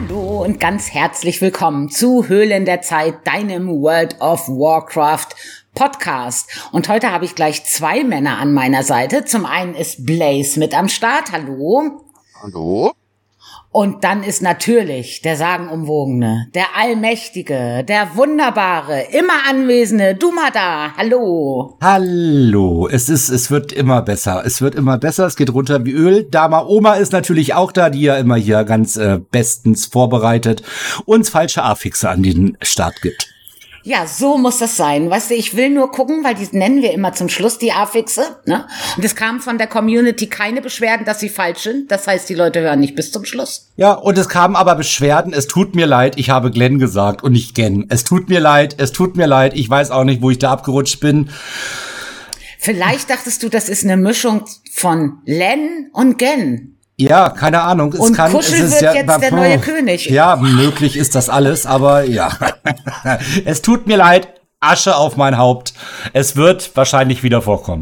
Hallo und ganz herzlich willkommen zu Höhlen der Zeit, deinem World of Warcraft Podcast. Und heute habe ich gleich zwei Männer an meiner Seite. Zum einen ist Blaze mit am Start. Hallo. Hallo. Und dann ist natürlich der sagenumwogene, der allmächtige, der wunderbare, immer anwesende Dumada. Hallo. Hallo. Es wird immer besser. Es wird immer besser. Es geht runter wie Öl. Dama Oma ist natürlich auch da, die ja immer hier ganz bestens vorbereitet uns falsche Affixe an den Start gibt. Ja, so muss das sein. Weißt du, ich will nur gucken, weil die nennen wir immer zum Schluss die Affixe, ne? Und es kam von der Community keine Beschwerden, dass sie falsch sind. Das heißt, die Leute hören nicht bis zum Schluss. Ja, und es kamen aber Beschwerden. Es tut mir leid, ich habe Glenn gesagt und nicht Gen. Es tut mir leid. Ich weiß auch nicht, wo ich da abgerutscht bin. Vielleicht dachtest du, das ist eine Mischung von Len und Gen. Ja, keine Ahnung. Und Kuschel wird ja, jetzt der neue König. Ja, möglich ist das alles, aber ja. Es tut mir leid, Asche auf mein Haupt. Es wird wahrscheinlich wieder vorkommen.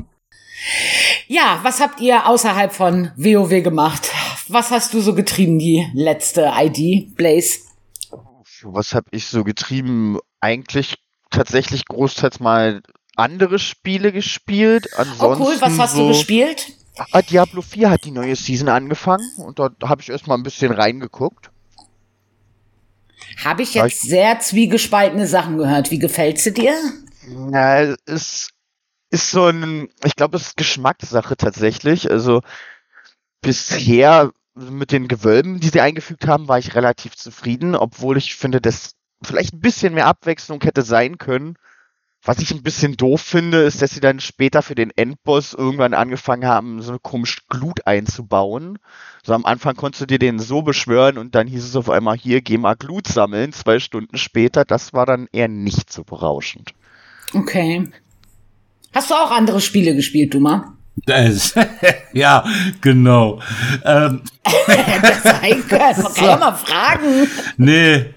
Ja, was habt ihr außerhalb von WoW gemacht? Was hast du so getrieben, die letzte ID, Blaze? Was habe ich so getrieben? Eigentlich tatsächlich großteils mal andere Spiele gespielt. Ansonsten cool, was hast du gespielt? Diablo 4 hat die neue Season angefangen und dort habe ich erstmal ein bisschen reingeguckt. Habe ich jetzt sehr zwiegespaltene Sachen gehört. Wie gefällt sie dir? Ja, es ist so ich glaube, es ist Geschmackssache tatsächlich. Also bisher mit den Gewölben, die sie eingefügt haben, war ich relativ zufrieden, obwohl ich finde, dass vielleicht ein bisschen mehr Abwechslung hätte sein können. Was ich ein bisschen doof finde, ist, dass sie dann später für den Endboss irgendwann angefangen haben, so eine komische Glut einzubauen. So am Anfang konntest du dir den so beschwören und dann hieß es auf einmal, hier, geh mal Glut sammeln, 2 Stunden später. Das war dann eher nicht so berauschend. Okay. Hast du auch andere Spiele gespielt, Duma? Ja, genau. Das sein können. Man kann ja mal fragen. Nee.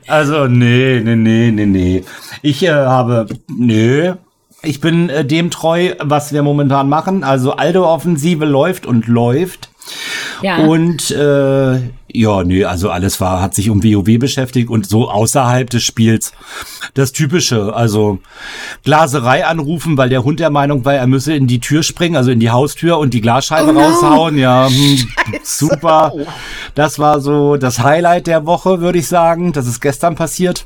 Ich bin dem treu, was wir momentan machen. Also Aldo-Offensive läuft und läuft. Ja. Und also alles hat sich um WoW beschäftigt und so außerhalb des Spiels das Typische, also Glaserei anrufen, weil der Hund der Meinung war, er müsse in die Tür springen, also in die Haustür und die Glasscheibe raushauen. Ja, super. Das war so das Highlight der Woche, würde ich sagen. Das ist gestern passiert.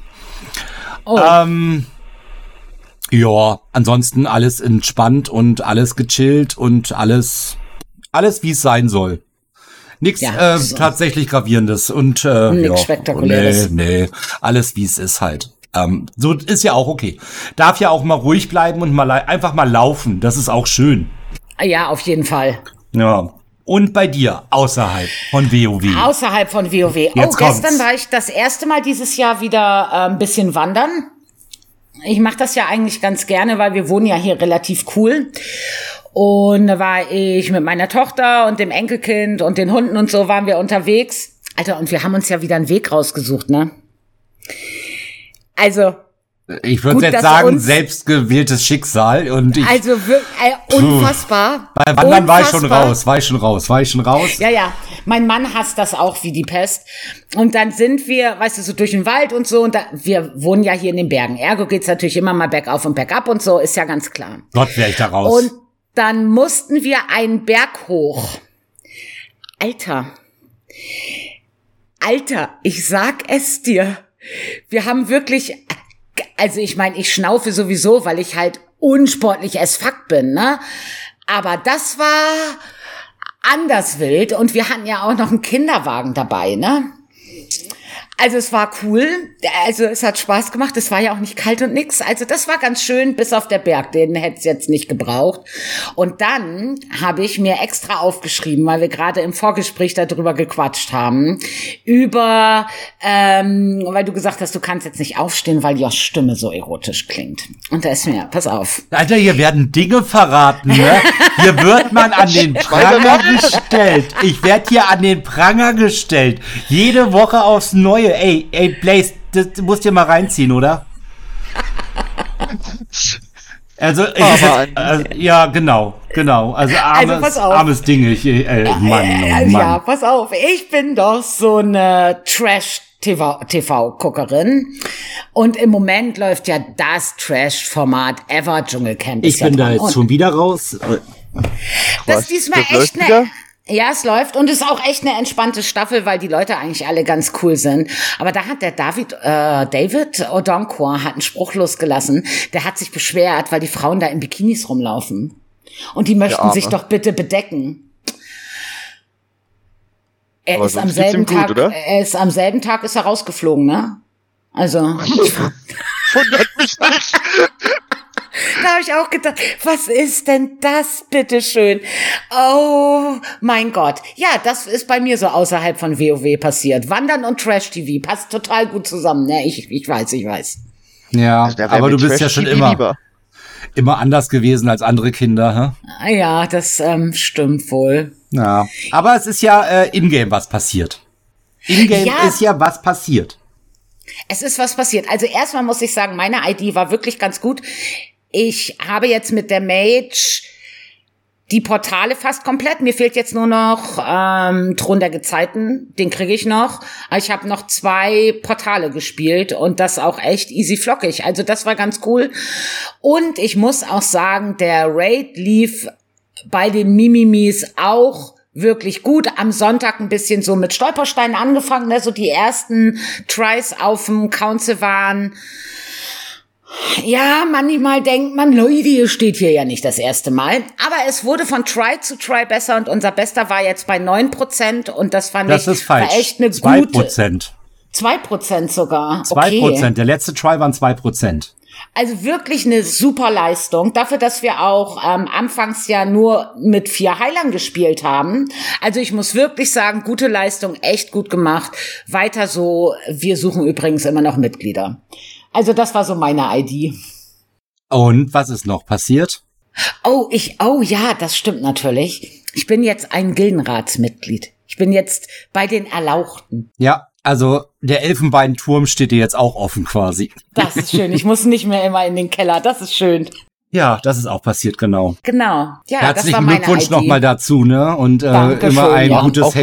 Ja, ansonsten alles entspannt und alles gechillt und alles wie es sein soll. Nichts tatsächlich Gravierendes und nichts Spektakuläres. Nee, alles wie es ist halt. So ist ja auch okay. Darf ja auch mal ruhig bleiben und einfach mal laufen. Das ist auch schön. Ja, auf jeden Fall. Ja. Und bei dir, außerhalb von WoW? Außerhalb von WoW. Gestern war ich das erste Mal dieses Jahr wieder ein bisschen wandern. Ich mache das ja eigentlich ganz gerne, weil wir wohnen ja hier relativ cool. Und da war ich mit meiner Tochter und dem Enkelkind und den Hunden und so waren wir unterwegs. Alter, und wir haben uns ja wieder einen Weg rausgesucht, ne? Also ich würde jetzt sagen, selbstgewähltes Schicksal. Und unfassbar. Bei Wandern war ich schon raus. Ja, mein Mann hasst das auch wie die Pest. Und dann sind wir, weißt du, so durch den Wald und so. Und wir wohnen ja hier in den Bergen. Ergo geht's natürlich immer mal bergauf und bergab und so, ist ja ganz klar. Gott, wär ich da raus. Und dann mussten wir einen Berg hoch. Alter, ich sag es dir. Wir haben wirklich, also ich meine, ich schnaufe sowieso, weil ich halt unsportlich as fuck bin, ne? Aber das war anders wild und wir hatten ja auch noch einen Kinderwagen dabei, ne? Also es war cool, also es hat Spaß gemacht, es war ja auch nicht kalt und nix, also das war ganz schön, bis auf der Berg, den hätte es jetzt nicht gebraucht. Und dann habe ich mir extra aufgeschrieben, weil wir gerade im Vorgespräch darüber gequatscht haben, weil du gesagt hast, du kannst jetzt nicht aufstehen, weil Josh Stimme so erotisch klingt. Und da ist mir, pass auf. Alter, hier werden Dinge verraten, ne? Hier wird man an den Pranger gestellt. Ich werde hier an den Pranger gestellt. Jede Woche aufs Neue. Ey, Blaze, das musst du dir mal reinziehen, oder? Also, ja, genau. Also, armes Ding. Mann. Ja, pass auf. Ich bin doch so eine TV-Guckerin. Und im Moment läuft ja das Trash-Format ever, Dschungelcamp. Ich bin da jetzt schon wieder raus. Das ist diesmal echt eine... Ja, es läuft und ist auch echt eine entspannte Staffel, weil die Leute eigentlich alle ganz cool sind. Aber da hat der David Odonkor hat einen Spruch losgelassen. Der hat sich beschwert, weil die Frauen da in Bikinis rumlaufen. Und die möchten sich doch bitte bedecken. Er ist am selben Tag ist er rausgeflogen, ne? Also. Wundert mich nicht. Da habe ich auch gedacht, was ist denn das, bitteschön? Oh, mein Gott. Ja, das ist bei mir so außerhalb von WoW passiert. Wandern und Trash-TV passt total gut zusammen, ne? Ich weiß. Ja, also aber du bist ja schon immer anders gewesen als andere Kinder, hä? Ja, das stimmt wohl. Ja, aber es ist ja in-game was passiert. In-game ist ja was passiert. Es ist was passiert. Also erstmal muss ich sagen, meine ID war wirklich ganz gut. Ich habe jetzt mit der Mage die Portale fast komplett. Mir fehlt jetzt nur noch Thron der Gezeiten. Den kriege ich noch. Aber ich habe noch 2 Portale gespielt und das auch echt easy flockig. Also das war ganz cool. Und ich muss auch sagen, der Raid lief bei den Mimimis auch wirklich gut. Am Sonntag ein bisschen so mit Stolpersteinen angefangen. Ne? So die ersten Tries auf dem Council waren... Ja, manchmal denkt man, Leute, ihr steht hier ja nicht das erste Mal. Aber es wurde von Try zu Try besser und unser Bester war jetzt bei 9% und das fand ich ist falsch. War echt eine 2%. 2% sogar. 2%. Okay. Der letzte Try waren 2%. Also wirklich eine super Leistung. Dafür, dass wir auch anfangs ja nur mit 4 Heilern gespielt haben. Also ich muss wirklich sagen, gute Leistung, echt gut gemacht. Weiter so. Wir suchen übrigens immer noch Mitglieder. Also das war so meine ID. Und was ist noch passiert? Oh ja, das stimmt natürlich. Ich bin jetzt ein Gildenratsmitglied. Ich bin jetzt bei den Erlauchten. Ja, also der Elfenbeinturm steht dir jetzt auch offen quasi. Das ist schön. Ich muss nicht mehr immer in den Keller. Das ist schön. Ja, das ist auch passiert, genau. Genau. Ja, herzlichen das war meine Glückwunsch ID. nochmal dazu, ne? Und immer ein gutes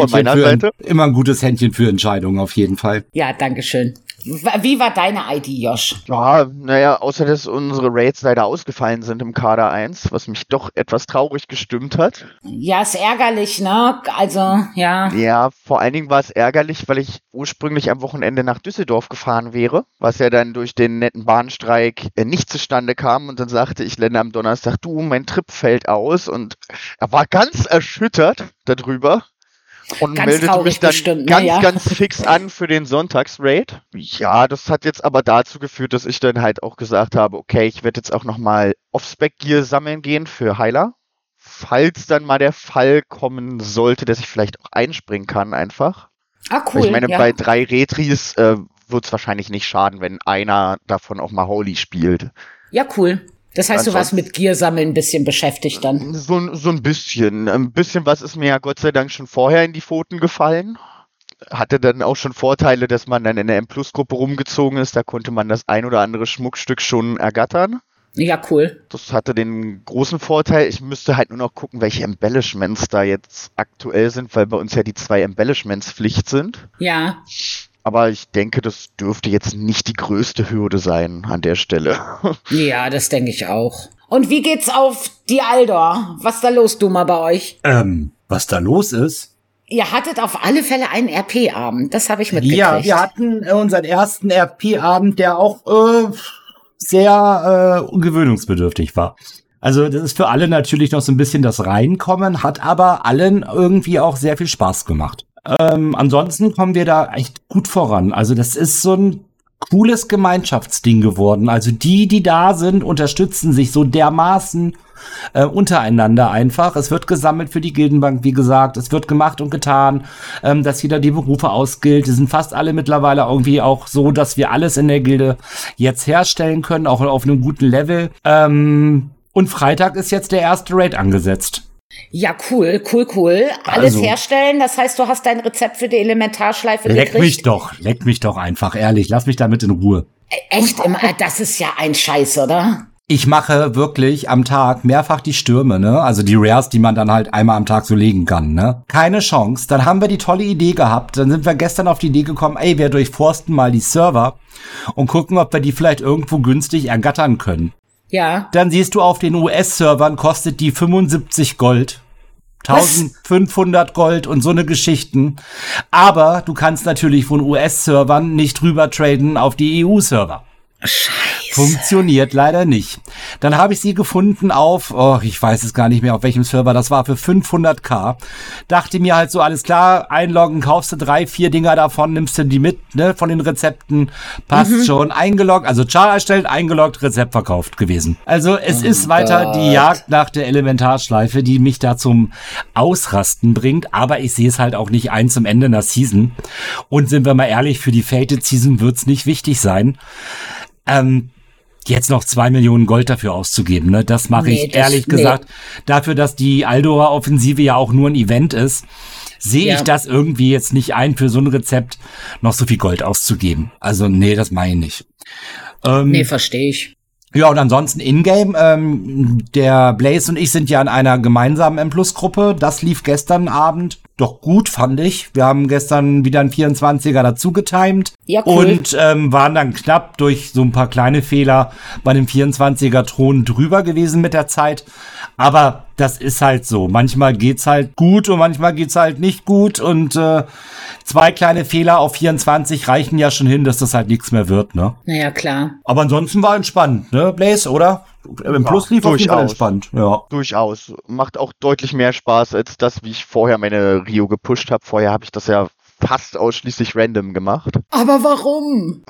Händchen für Entscheidungen auf jeden Fall. Ja, dankeschön. Wie war deine ID, Josh? Ja, naja, außer dass unsere Raids leider ausgefallen sind im Kader 1, was mich doch etwas traurig gestimmt hat. Ja, ist ärgerlich, ne? Also, ja. Ja, vor allen Dingen war es ärgerlich, weil ich ursprünglich am Wochenende nach Düsseldorf gefahren wäre, was ja dann durch den netten Bahnstreik nicht zustande kam und dann sagte ich Lenne am Donnerstag, du, mein Trip fällt aus und er war ganz erschüttert darüber. Und ganz meldete mich dann bestimmt, ganz fix an für den Sonntagsraid. Ja, das hat jetzt aber dazu geführt, dass ich dann halt auch gesagt habe, okay, ich werde jetzt auch nochmal Off-Spec-Gear sammeln gehen für Heiler. Falls dann mal der Fall kommen sollte, dass ich vielleicht auch einspringen kann einfach. Ah, cool. Weil ich meine, bei 3 Retries wird es wahrscheinlich nicht schaden, wenn einer davon auch mal Holy spielt. Ja, cool. Das heißt, du warst mit Gear-Sammeln ein bisschen beschäftigt dann? So ein bisschen. Ein bisschen was ist mir ja Gott sei Dank schon vorher in die Pfoten gefallen. Hatte dann auch schon Vorteile, dass man dann in der M-Plus-Gruppe rumgezogen ist. Da konnte man das ein oder andere Schmuckstück schon ergattern. Ja, cool. Das hatte den großen Vorteil, ich müsste halt nur noch gucken, welche Embellishments da jetzt aktuell sind, weil bei uns ja die 2 Embellishments Pflicht sind. Ja. Aber ich denke, das dürfte jetzt nicht die größte Hürde sein an der Stelle. Ja, das denke ich auch. Und wie geht's auf die Aldor? Was ist da los, Duma, bei euch? Was da los ist? Ihr hattet auf alle Fälle einen RP-Abend, das habe ich mitgekriegt. Ja, wir hatten unseren ersten RP-Abend, der auch sehr gewöhnungsbedürftig war. Also das ist für alle natürlich noch so ein bisschen das Reinkommen, hat aber allen irgendwie auch sehr viel Spaß gemacht. Ansonsten kommen wir da echt gut voran. Also das ist so ein cooles Gemeinschaftsding geworden. Also die da sind, unterstützen sich so dermaßen untereinander einfach. Es wird gesammelt für die Gildenbank, wie gesagt. Es wird gemacht und getan, dass jeder die Berufe ausgilt. Die sind fast alle mittlerweile irgendwie auch so, dass wir alles in der Gilde jetzt herstellen können, auch auf einem guten Level. Und Freitag ist jetzt der erste Raid angesetzt. Ja, cool. Alles herstellen, das heißt, du hast dein Rezept für die Elementarschleife gekriegt? Leck mich doch einfach, ehrlich. Lass mich damit in Ruhe. Echt immer? Das ist ja ein Scheiß, oder? Ich mache wirklich am Tag mehrfach die Stürme, ne? Also die Rares, die man dann halt einmal am Tag so legen kann, ne? Keine Chance. Dann haben wir die tolle Idee gehabt. Dann sind wir gestern auf die Idee gekommen, ey, wir durchforsten mal die Server und gucken, ob wir die vielleicht irgendwo günstig ergattern können. Ja. Dann siehst du, auf den US-Servern kostet die 75 Gold. 1500 Gold und so eine Geschichten. Aber du kannst natürlich von US-Servern nicht rüber traden auf die EU-Server. Scheiße. Funktioniert leider nicht. Dann habe ich sie gefunden auf, ich weiß es gar nicht mehr, auf welchem Server, das war für 500k. Dachte mir halt so, alles klar, einloggen, kaufst du 3-4 Dinger davon, nimmst du die mit, ne, von den Rezepten, passt schon, eingeloggt, also Char erstellt, eingeloggt, Rezept verkauft gewesen. Also es ist weiter die Jagd nach der Elementarschleife, die mich da zum Ausrasten bringt, aber ich sehe es halt auch nicht ein zum Ende einer Season. Und sind wir mal ehrlich, für die Fated Season wird's nicht wichtig sein. Jetzt noch 2 Millionen Gold dafür auszugeben, ne? Das mache ich ehrlich gesagt. Dafür, dass die Aldora-Offensive ja auch nur ein Event ist, sehe ich das irgendwie jetzt nicht ein, für so ein Rezept noch so viel Gold auszugeben. Also nee, das meine ich nicht. Nee, verstehe ich. Ja, und ansonsten in-game, der Blaze und ich sind ja in einer gemeinsamen M-Plus-Gruppe. Das lief gestern Abend doch gut, fand ich. Wir haben gestern wieder einen 24er dazu getimed. Ja, cool. Und waren dann knapp durch so ein paar kleine Fehler bei dem 24er Thron drüber gewesen mit der Zeit. Aber das ist halt so. Manchmal geht's halt gut und manchmal geht's halt nicht gut. Und 2 kleine Fehler auf 24 reichen ja schon hin, dass das halt nichts mehr wird, ne? Naja, klar. Aber ansonsten war entspannt, ne, Blaze, oder? Im Plus lief auf jeden Fall entspannt, ja. Durchaus. Macht auch deutlich mehr Spaß als das, wie ich vorher meine Rio gepusht habe. Vorher habe ich das ja fast ausschließlich random gemacht. Aber warum?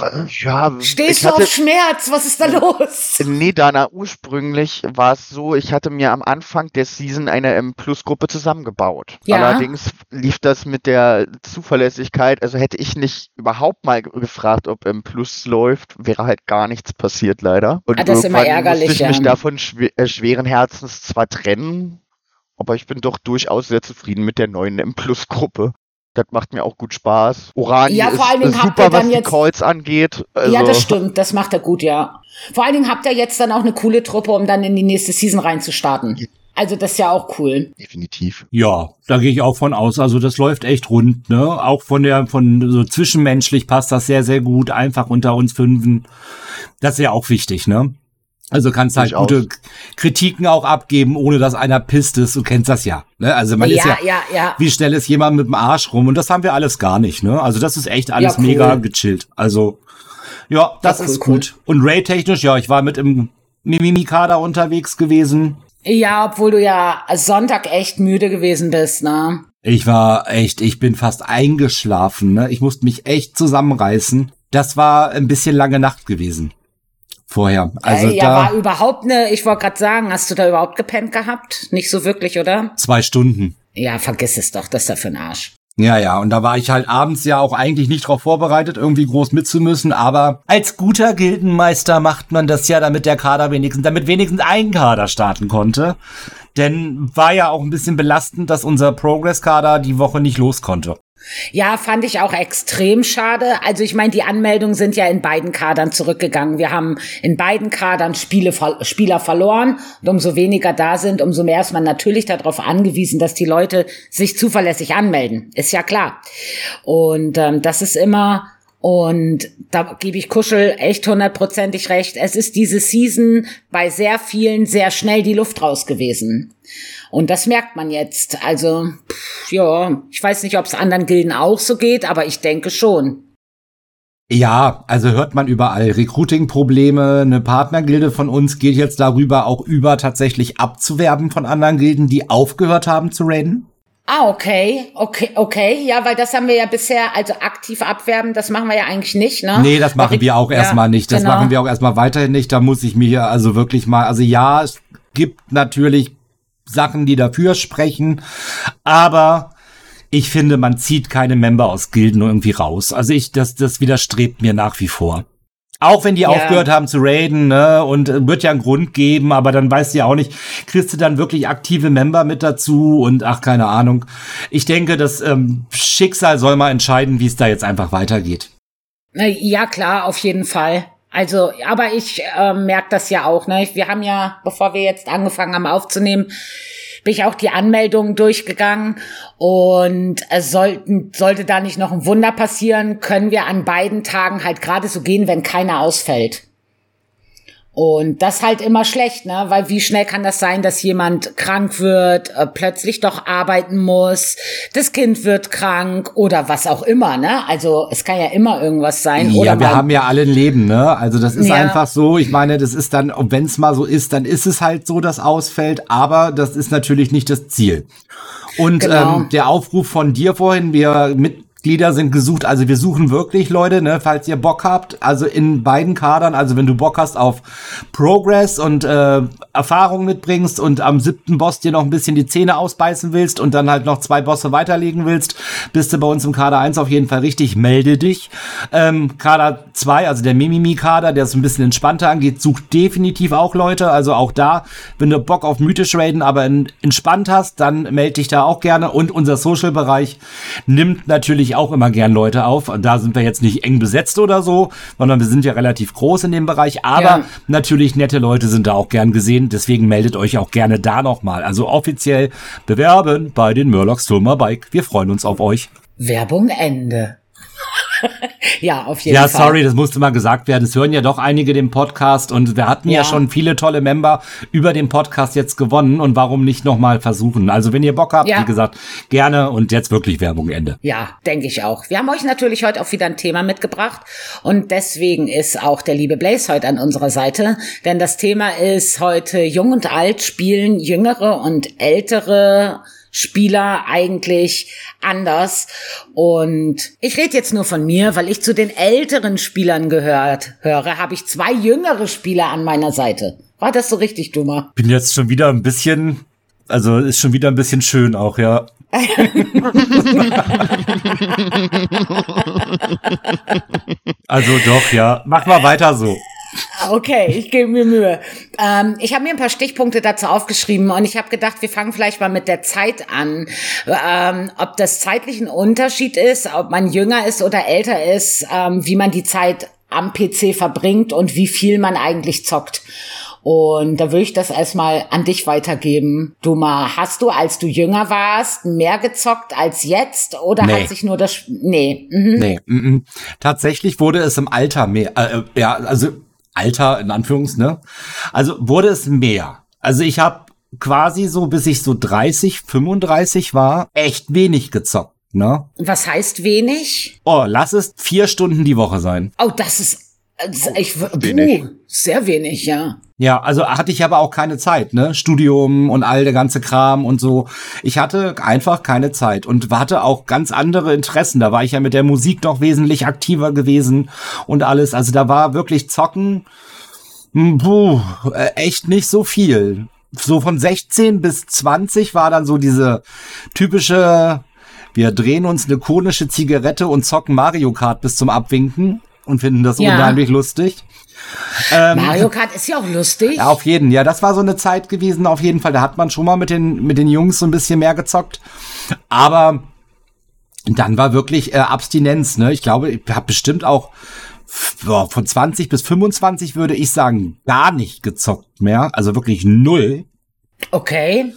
Ja, stehst du auf Schmerz? Was ist da los? Nee, Dana, ursprünglich war es so, ich hatte mir am Anfang der Season eine M-Plus-Gruppe zusammengebaut. Ja. Allerdings lief das mit der Zuverlässigkeit, also hätte ich nicht überhaupt mal gefragt, ob M-Plus läuft, wäre halt gar nichts passiert leider. Und das ist immer ärgerlich, musste ich mich davon schweren Herzens zwar trennen, aber ich bin doch durchaus sehr zufrieden mit der neuen M-Plus-Gruppe. Das macht mir auch gut Spaß. Orani ja, vor allen Dingen ist super, was die Calls angeht. Also ja, das stimmt. Das macht er gut, ja. Vor allen Dingen habt ihr jetzt dann auch eine coole Truppe, um dann in die nächste Season reinzustarten. Also das ist ja auch cool. Definitiv. Ja, da gehe ich auch von aus. Also das läuft echt rund, ne? Auch von so zwischenmenschlich passt das sehr, sehr gut. Einfach unter uns Fünfen. Das ist ja auch wichtig, ne? Also kannst halt gute Kritiken auch abgeben, ohne dass einer pisst ist. Du kennst das ja. Ne? Also man ist ja, wie schnell ist jemand mit dem Arsch rum? Und das haben wir alles gar nicht. Ne? Also das ist echt alles mega gechillt. Also ja, das ist gut. Und Raid-technisch, ja, ich war mit im Mimimi-Kader unterwegs gewesen. Ja, obwohl du ja Sonntag echt müde gewesen bist, ne? Ich bin fast eingeschlafen. Ne? Ich musste mich echt zusammenreißen. Das war ein bisschen lange Nacht gewesen. Vorher. Also war überhaupt ich wollte gerade sagen, hast du da überhaupt gepennt gehabt? Nicht so wirklich, oder? 2 Stunden. Ja, vergiss es doch, das ist ja für ein Arsch. Ja, und da war ich halt abends ja auch eigentlich nicht drauf vorbereitet, irgendwie groß mitzumüssen, aber als guter Gildenmeister macht man das ja, damit wenigstens ein Kader starten konnte. Denn war ja auch ein bisschen belastend, dass unser Progress-Kader die Woche nicht los konnte. Ja, fand ich auch extrem schade. Also ich meine, die Anmeldungen sind ja in beiden Kadern zurückgegangen. Wir haben in beiden Kadern Spieler verloren. Und umso weniger da sind, umso mehr ist man natürlich darauf angewiesen, dass die Leute sich zuverlässig anmelden. Ist ja klar. Und das ist immer... Und da gebe ich Kuschel echt 100%ig recht. Es ist diese Season bei sehr vielen sehr schnell die Luft raus gewesen. Und das merkt man jetzt. Also, ja, ich weiß nicht, ob es anderen Gilden auch so geht, aber ich denke schon. Ja, also hört man überall. Recruiting-Probleme, eine Partnergilde von uns geht jetzt darüber, auch tatsächlich abzuwerben von anderen Gilden, die aufgehört haben zu raiden. Ah, okay. Ja, weil das haben wir ja bisher, also aktiv abwerben, das machen wir ja eigentlich nicht, ne? Nee, das machen wir auch erstmal nicht. Das machen wir auch erstmal weiterhin nicht. Da muss ich mir also wirklich mal, also ja, es gibt natürlich Sachen, die dafür sprechen, aber ich finde, man zieht keine Member aus Gilden irgendwie raus. Also das widerstrebt mir nach wie vor. Auch wenn die aufgehört haben zu raiden, ne, und wird ja einen Grund geben, aber dann weißt du ja auch nicht, kriegst du dann wirklich aktive Member mit dazu und keine Ahnung. Ich denke, das Schicksal soll mal entscheiden, wie es da jetzt einfach weitergeht. Ja, klar, auf jeden Fall. Also, aber ich merke das ja auch, ne? Wir haben ja, bevor wir jetzt angefangen haben aufzunehmen, bin ich auch die Anmeldungen durchgegangen und es sollte da nicht noch ein Wunder passieren, können wir an beiden Tagen halt gerade so gehen, wenn keiner ausfällt. Und das halt immer schlecht, ne? Weil wie schnell kann das sein, dass jemand krank wird, plötzlich doch arbeiten muss, das Kind wird krank oder was auch immer, ne? Also es kann ja immer irgendwas sein. Ja, oder wir haben ja alle ein Leben, ne? Also das ist Ja. einfach so. Ich meine, das ist dann, wenn es mal so ist, dann ist es halt so, dass ausfällt. Aber das ist natürlich nicht das Ziel. Und Genau. der Aufruf von dir vorhin, Mitglieder sind gesucht, also wir suchen wirklich Leute, ne, falls ihr Bock habt, also in beiden Kadern, also wenn du Bock hast auf Progress und Erfahrung mitbringst und am 7. Boss dir noch ein bisschen die Zähne ausbeißen willst und dann halt noch 2 Bosse weiterlegen willst, bist du bei uns im Kader 1 auf jeden Fall richtig, melde dich. Kader 2, also der Mimimi-Kader, der es ein bisschen entspannter angeht, sucht definitiv auch Leute, also auch da, wenn du Bock auf mythisch raiden, aber entspannt hast, dann melde dich da auch gerne und unser Social-Bereich nimmt natürlich auch immer gern Leute auf. Da sind wir jetzt nicht eng besetzt oder so, sondern wir sind ja relativ groß in dem Bereich. Aber natürlich nette Leute sind da auch gern gesehen. Deswegen meldet euch auch gerne da nochmal. Also offiziell bewerben bei den Murlocs Tulmer Bike. Wir freuen uns auf euch. Werbung Ende. Ja, auf jeden Ja, Fall. sorry, das musste mal gesagt werden. Es hören ja doch einige den Podcast und wir hatten ja schon viele tolle Member über den Podcast jetzt gewonnen und warum nicht nochmal versuchen? Also wenn ihr Bock habt, wie gesagt, gerne und jetzt wirklich Werbung Ende. Ja, denke ich auch. Wir haben euch natürlich heute auch wieder ein Thema mitgebracht und deswegen ist auch der liebe Blaze heute an unserer Seite, denn das Thema ist heute Jung und Alt spielen jüngere und ältere Spieler eigentlich anders. Und ich rede jetzt nur von mir, weil ich zu den älteren Spielern höre, habe ich 2 jüngere Spieler an meiner Seite. War das so richtig, Duma? Bin jetzt schon wieder ein bisschen, also ist schon wieder ein bisschen schön auch, ja. Also doch, ja. Mach mal weiter so. Okay, ich gebe mir Mühe. Ich habe mir ein paar Stichpunkte dazu aufgeschrieben und ich habe gedacht, wir fangen vielleicht mal mit der Zeit an. Ob das zeitlich ein Unterschied ist, ob man jünger ist oder älter ist, wie man die Zeit am PC verbringt und wie viel man eigentlich zockt. Und da würde ich das erstmal an dich weitergeben. Duma, hast du, als du jünger warst, mehr gezockt als jetzt? Oder hat sich nur das... Nee. Tatsächlich wurde es im Alter mehr. Also Alter in Anführungs, ne? Also wurde es mehr. Also ich habe quasi so, bis ich so 30, 35 war, echt wenig gezockt, ne? Was heißt wenig? Oh, lass es 4 Stunden die Woche sein. Oh, das ist... sehr wenig, ja. Ja, also hatte ich aber auch keine Zeit, ne? Studium und all der ganze Kram und so. Ich hatte einfach keine Zeit und hatte auch ganz andere Interessen. Da war ich ja mit der Musik noch wesentlich aktiver gewesen und alles. Also da war wirklich Zocken, echt nicht so viel. So von 16 bis 20 war dann so diese typische, wir drehen uns eine konische Zigarette und zocken Mario Kart bis zum Abwinken und finden das unheimlich lustig. Mario Kart ist ja auch lustig. Ja, auf jeden. Ja, das war so eine Zeit gewesen, auf jeden Fall. Da hat man schon mal mit den Jungs so ein bisschen mehr gezockt. Aber dann war wirklich Abstinenz, ne? Ich glaube, ich habe bestimmt auch von 20 bis 25, würde ich sagen, gar nicht gezockt mehr. Also wirklich 0. Okay.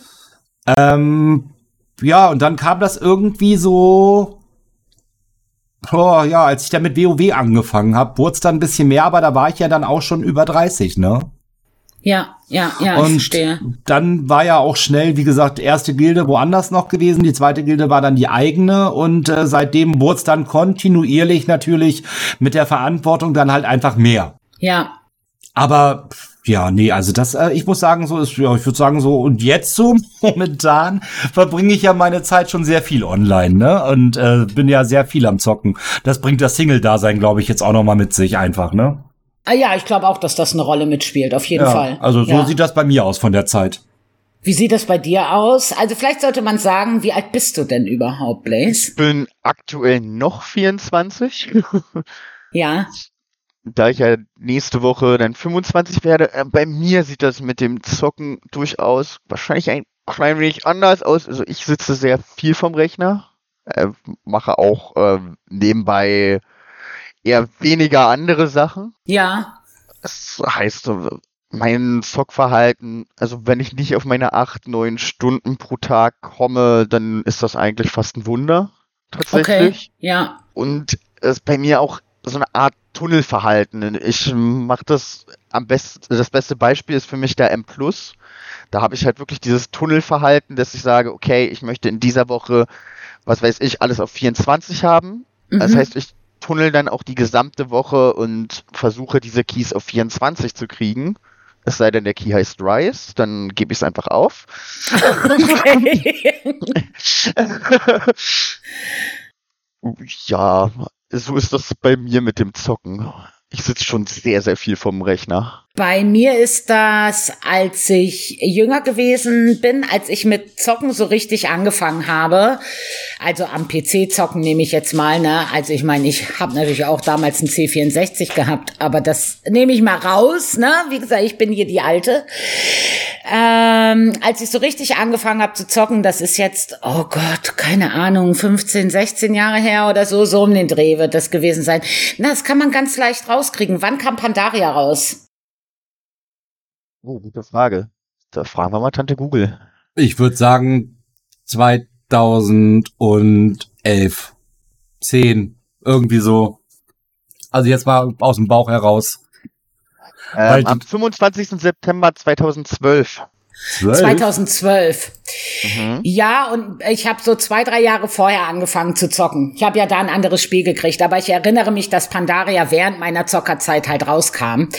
Ja, und dann kam das irgendwie so... Oh, ja, als ich dann mit WoW angefangen habe, wurde es dann ein bisschen mehr, aber da war ich ja dann auch schon über 30, ne? Ja, und ich verstehe. Dann war ja auch schnell, wie gesagt, erste Gilde woanders noch gewesen, die zweite Gilde war dann die eigene und seitdem wurde es dann kontinuierlich natürlich mit der Verantwortung dann halt einfach mehr. Ja. Aber ja, nee, also das, ich muss sagen, so ist, ja, ich würde sagen so, und jetzt so momentan verbringe ich ja meine Zeit schon sehr viel online, ne, und bin ja sehr viel am Zocken. Das bringt das Single-Dasein, glaube ich, jetzt auch noch mal mit sich einfach, ne. Ja, ich glaube auch, dass das eine Rolle mitspielt, auf jeden Fall. Also so sieht das bei mir aus von der Zeit. Wie sieht das bei dir aus? Also vielleicht sollte man sagen, wie alt bist du denn überhaupt, Blaze? Ich bin aktuell noch 24. Ja. Da ich ja nächste Woche dann 25 werde, bei mir sieht das mit dem Zocken durchaus wahrscheinlich ein klein wenig anders aus. Also ich sitze sehr viel vom Rechner, mache auch nebenbei eher weniger andere Sachen. Ja. Das heißt, mein Zockverhalten, also wenn ich nicht auf meine 8, 9 Stunden pro Tag komme, dann ist das eigentlich fast ein Wunder, tatsächlich. Okay, ja. Und es ist bei mir auch so eine Art Tunnelverhalten. Ich mache das am besten, das beste Beispiel ist für mich der M+. Da habe ich halt wirklich dieses Tunnelverhalten, dass ich sage, okay, ich möchte in dieser Woche, was weiß ich, alles auf 24 haben. Das heißt, ich tunnel dann auch die gesamte Woche und versuche diese Keys auf 24 zu kriegen. Es sei denn, der Key heißt Rise, dann gebe ich es einfach auf. Ja, so ist das bei mir mit dem Zocken. Ich sitze schon sehr, sehr viel vorm Rechner. Bei mir ist das, als ich jünger gewesen bin, als ich mit Zocken so richtig angefangen habe, also am PC zocken nehme ich jetzt mal, ne? Also ich meine, ich habe natürlich auch damals einen C64 gehabt, aber das nehme ich mal raus, ne? Wie gesagt, ich bin hier die Alte. Als ich so richtig angefangen habe zu zocken, das ist jetzt, oh Gott, keine Ahnung, 15, 16 Jahre her oder so um den Dreh wird das gewesen sein. Na, das kann man ganz leicht rauskriegen. Wann kam Pandaria raus? Oh, gute Frage. Da fragen wir mal Tante Google. Ich würde sagen 2011, 10, irgendwie so. Also jetzt mal aus dem Bauch heraus. Am 25. September 2012. 2012. Ja, und ich habe so 2, 3 Jahre vorher angefangen zu zocken. Ich habe ja da ein anderes Spiel gekriegt, aber ich erinnere mich, dass Pandaria während meiner Zockerzeit halt rauskam.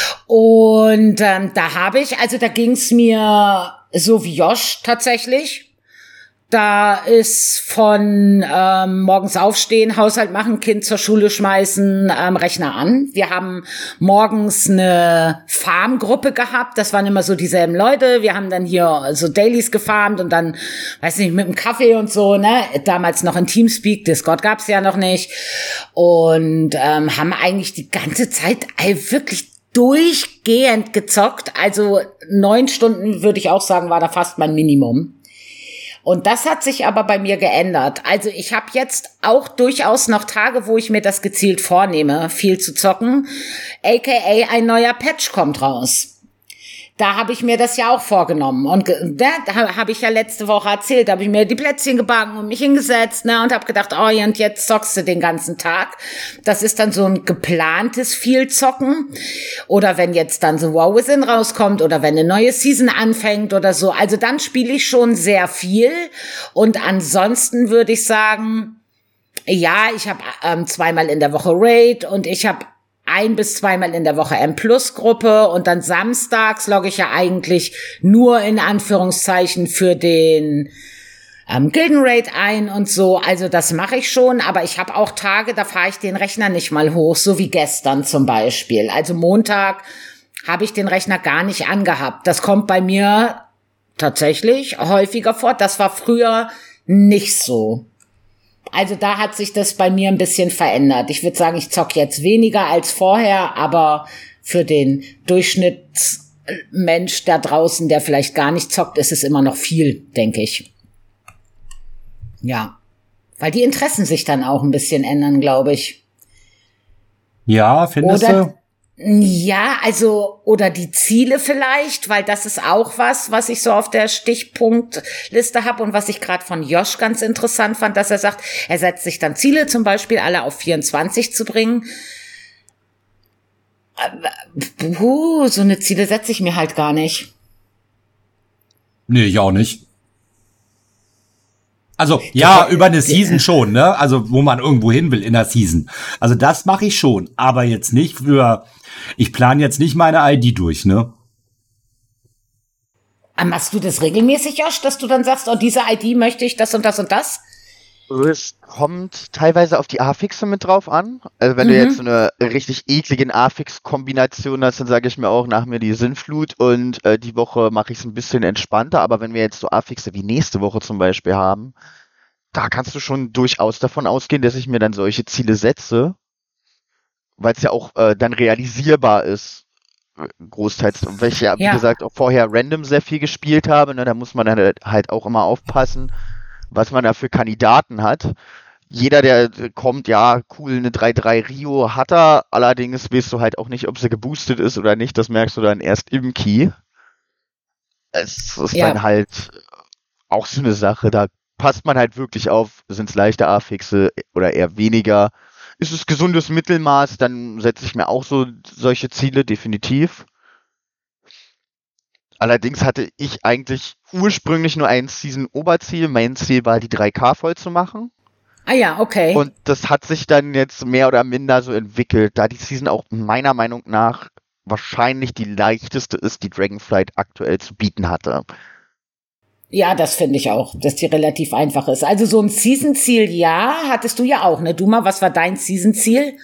Und da ging's mir so wie Josh tatsächlich. Da ist von morgens aufstehen, Haushalt machen, Kind zur Schule schmeißen, Rechner an. Wir haben morgens eine Farmgruppe gehabt. Das waren immer so dieselben Leute. Wir haben dann hier so Dailies gefarmt und dann, weiß nicht, mit dem Kaffee und so, ne? Damals noch in Teamspeak, Discord gab's ja noch nicht. Und haben eigentlich die ganze Zeit wirklich durchgehend gezockt. Also 9 Stunden, würde ich auch sagen, war da fast mein Minimum. Und das hat sich aber bei mir geändert. Also ich habe jetzt auch durchaus noch Tage, wo ich mir das gezielt vornehme, viel zu zocken. AKA ein neuer Patch kommt raus. Da habe ich mir das ja auch vorgenommen. Und da habe ich ja letzte Woche erzählt, da habe ich mir die Plätzchen gebacken und mich hingesetzt, ne, und habe gedacht, oh, und jetzt zockst du den ganzen Tag. Das ist dann so ein geplantes Vielzocken. Oder wenn jetzt dann so Wow Within rauskommt oder wenn eine neue Season anfängt oder so. Also dann spiele ich schon sehr viel. Und ansonsten würde ich sagen, ja, ich habe 2-mal in der Woche Raid und ich habe 1- bis 2-mal in der Woche M+-Gruppe und dann samstags logge ich ja eigentlich nur in Anführungszeichen für den Gildenraid ein und so. Also das mache ich schon, aber ich habe auch Tage, da fahre ich den Rechner nicht mal hoch, so wie gestern zum Beispiel. Also Montag habe ich den Rechner gar nicht angehabt. Das kommt bei mir tatsächlich häufiger vor. Das war früher nicht so. Also da hat sich das bei mir ein bisschen verändert. Ich würde sagen, ich zocke jetzt weniger als vorher, aber für den Durchschnittsmensch da draußen, der vielleicht gar nicht zockt, ist es immer noch viel, denke ich. Ja, weil die Interessen sich dann auch ein bisschen ändern, glaube ich. Ja, findest du? Ja, also, oder die Ziele vielleicht, weil das ist auch was ich so auf der Stichpunktliste habe und was ich gerade von Josh ganz interessant fand, dass er sagt, er setzt sich dann Ziele, zum Beispiel alle auf 24 zu bringen. So eine Ziele setze ich mir halt gar nicht. Nee, ich auch nicht. Also, ja, über eine Season schon, ne? Also, wo man irgendwo hin will in der Season. Also, das mache ich schon, aber jetzt nicht ich plane jetzt nicht meine ID durch, ne? Machst du das regelmäßig, Josh, dass du dann sagst, oh, diese ID möchte ich, das und das und das? Es kommt teilweise auf die Affixe mit drauf an. Also wenn du jetzt so eine richtig ekligen Affix-Kombination hast, dann sage ich mir auch nach mir die Sinnflut und die Woche mache ich es ein bisschen entspannter. Aber wenn wir jetzt so Affixe wie nächste Woche zum Beispiel haben, da kannst du schon durchaus davon ausgehen, dass ich mir dann solche Ziele setze, weil es ja auch dann realisierbar ist. Großteils, weil ich ja, wie gesagt, auch vorher random sehr viel gespielt habe, ne, da muss man dann halt auch immer aufpassen, was man da für Kandidaten hat. jeder, der kommt, ja, cool, eine 3-3 Rio hat er, allerdings weißt du halt auch nicht, ob sie geboostet ist oder nicht, das merkst du dann erst im Key. Es ist dann halt auch so eine Sache, da passt man halt wirklich auf, sind es leichte Affixe oder eher weniger. Ist es gesundes Mittelmaß, dann setze ich mir auch solche Ziele, definitiv. Allerdings hatte ich eigentlich ursprünglich nur ein Season-Oberziel. Mein Ziel war, die 3K voll zu machen. Ah ja, okay. Und das hat sich dann jetzt mehr oder minder so entwickelt, da die Season auch meiner Meinung nach wahrscheinlich die leichteste ist, die Dragonflight aktuell zu bieten hatte. Ja, das finde ich auch, dass die relativ einfach ist. Also so ein Season-Ziel, ja, hattest du ja auch, ne? Duma, was war dein Season-Ziel?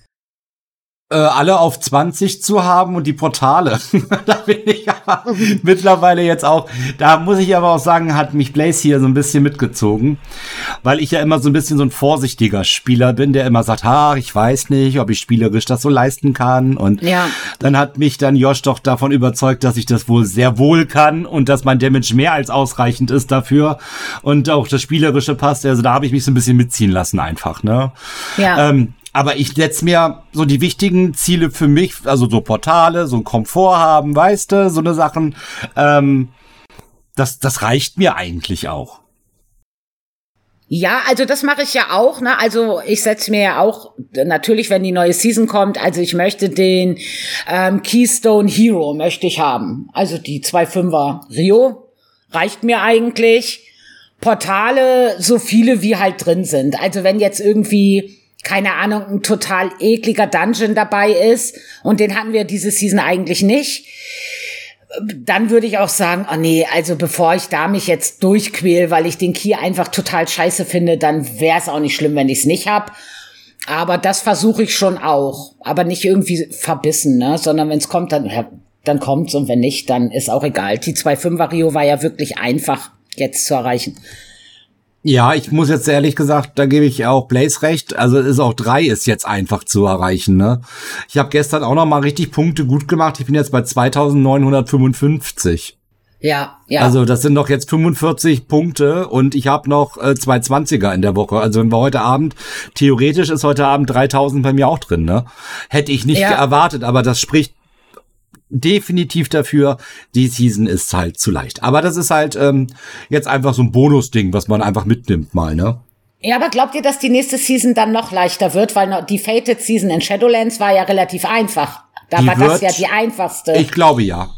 Alle auf 20 zu haben und die Portale. Da bin ich aber mittlerweile jetzt auch, da muss ich aber auch sagen, hat mich Blaze hier so ein bisschen mitgezogen, weil ich ja immer so ein bisschen so ein vorsichtiger Spieler bin, der immer sagt, ich weiß nicht, ob ich spielerisch das so leisten kann, und dann hat mich dann Josh doch davon überzeugt, dass ich das wohl sehr wohl kann und dass mein Damage mehr als ausreichend ist dafür und auch das Spielerische passt, also da habe ich mich so ein bisschen mitziehen lassen einfach, ne? Ja. Aber ich setze mir so die wichtigen Ziele für mich, also so Portale, so ein Komfort haben, weißt du, so eine Sachen, das reicht mir eigentlich auch. Ja, also das mache ich ja auch, ne? Also ich setze mir ja auch, natürlich, wenn die neue Season kommt, also ich möchte den Keystone Hero möchte ich haben. Also die 2,5er Rio reicht mir eigentlich. Portale, so viele wie halt drin sind. Also wenn jetzt irgendwie, keine Ahnung, ein total ekliger Dungeon dabei ist, und den hatten wir diese Season eigentlich nicht, dann würde ich auch sagen, also bevor ich da mich jetzt durchquäl, weil ich den Key einfach total scheiße finde, dann wäre es auch nicht schlimm, wenn ich es nicht hab. Aber das versuche ich schon auch. Aber nicht irgendwie verbissen, ne? Sondern wenn es kommt, dann kommt's, und wenn nicht, dann ist auch egal. Die 2,5er Rio war ja wirklich einfach jetzt zu erreichen. Ja, ich muss jetzt ehrlich gesagt, da gebe ich auch Blaze recht. Also ist auch 3 ist jetzt einfach zu erreichen, ne? Ich habe gestern auch noch mal richtig Punkte gut gemacht. Ich bin jetzt bei 2955. Ja. Also das sind doch jetzt 45 Punkte und ich habe noch 220er in der Woche. Also wenn wir heute Abend, theoretisch ist heute Abend 3000 bei mir auch drin, ne? Hätte ich nicht erwartet, aber das spricht definitiv dafür, die Season ist halt zu leicht. Aber das ist halt jetzt einfach so ein Bonusding, was man einfach mitnimmt mal, ne? Ja, aber glaubt ihr, dass die nächste Season dann noch leichter wird? Weil die Fated Season in Shadowlands war ja relativ einfach. Da war das ja die einfachste. Ich glaube, ja.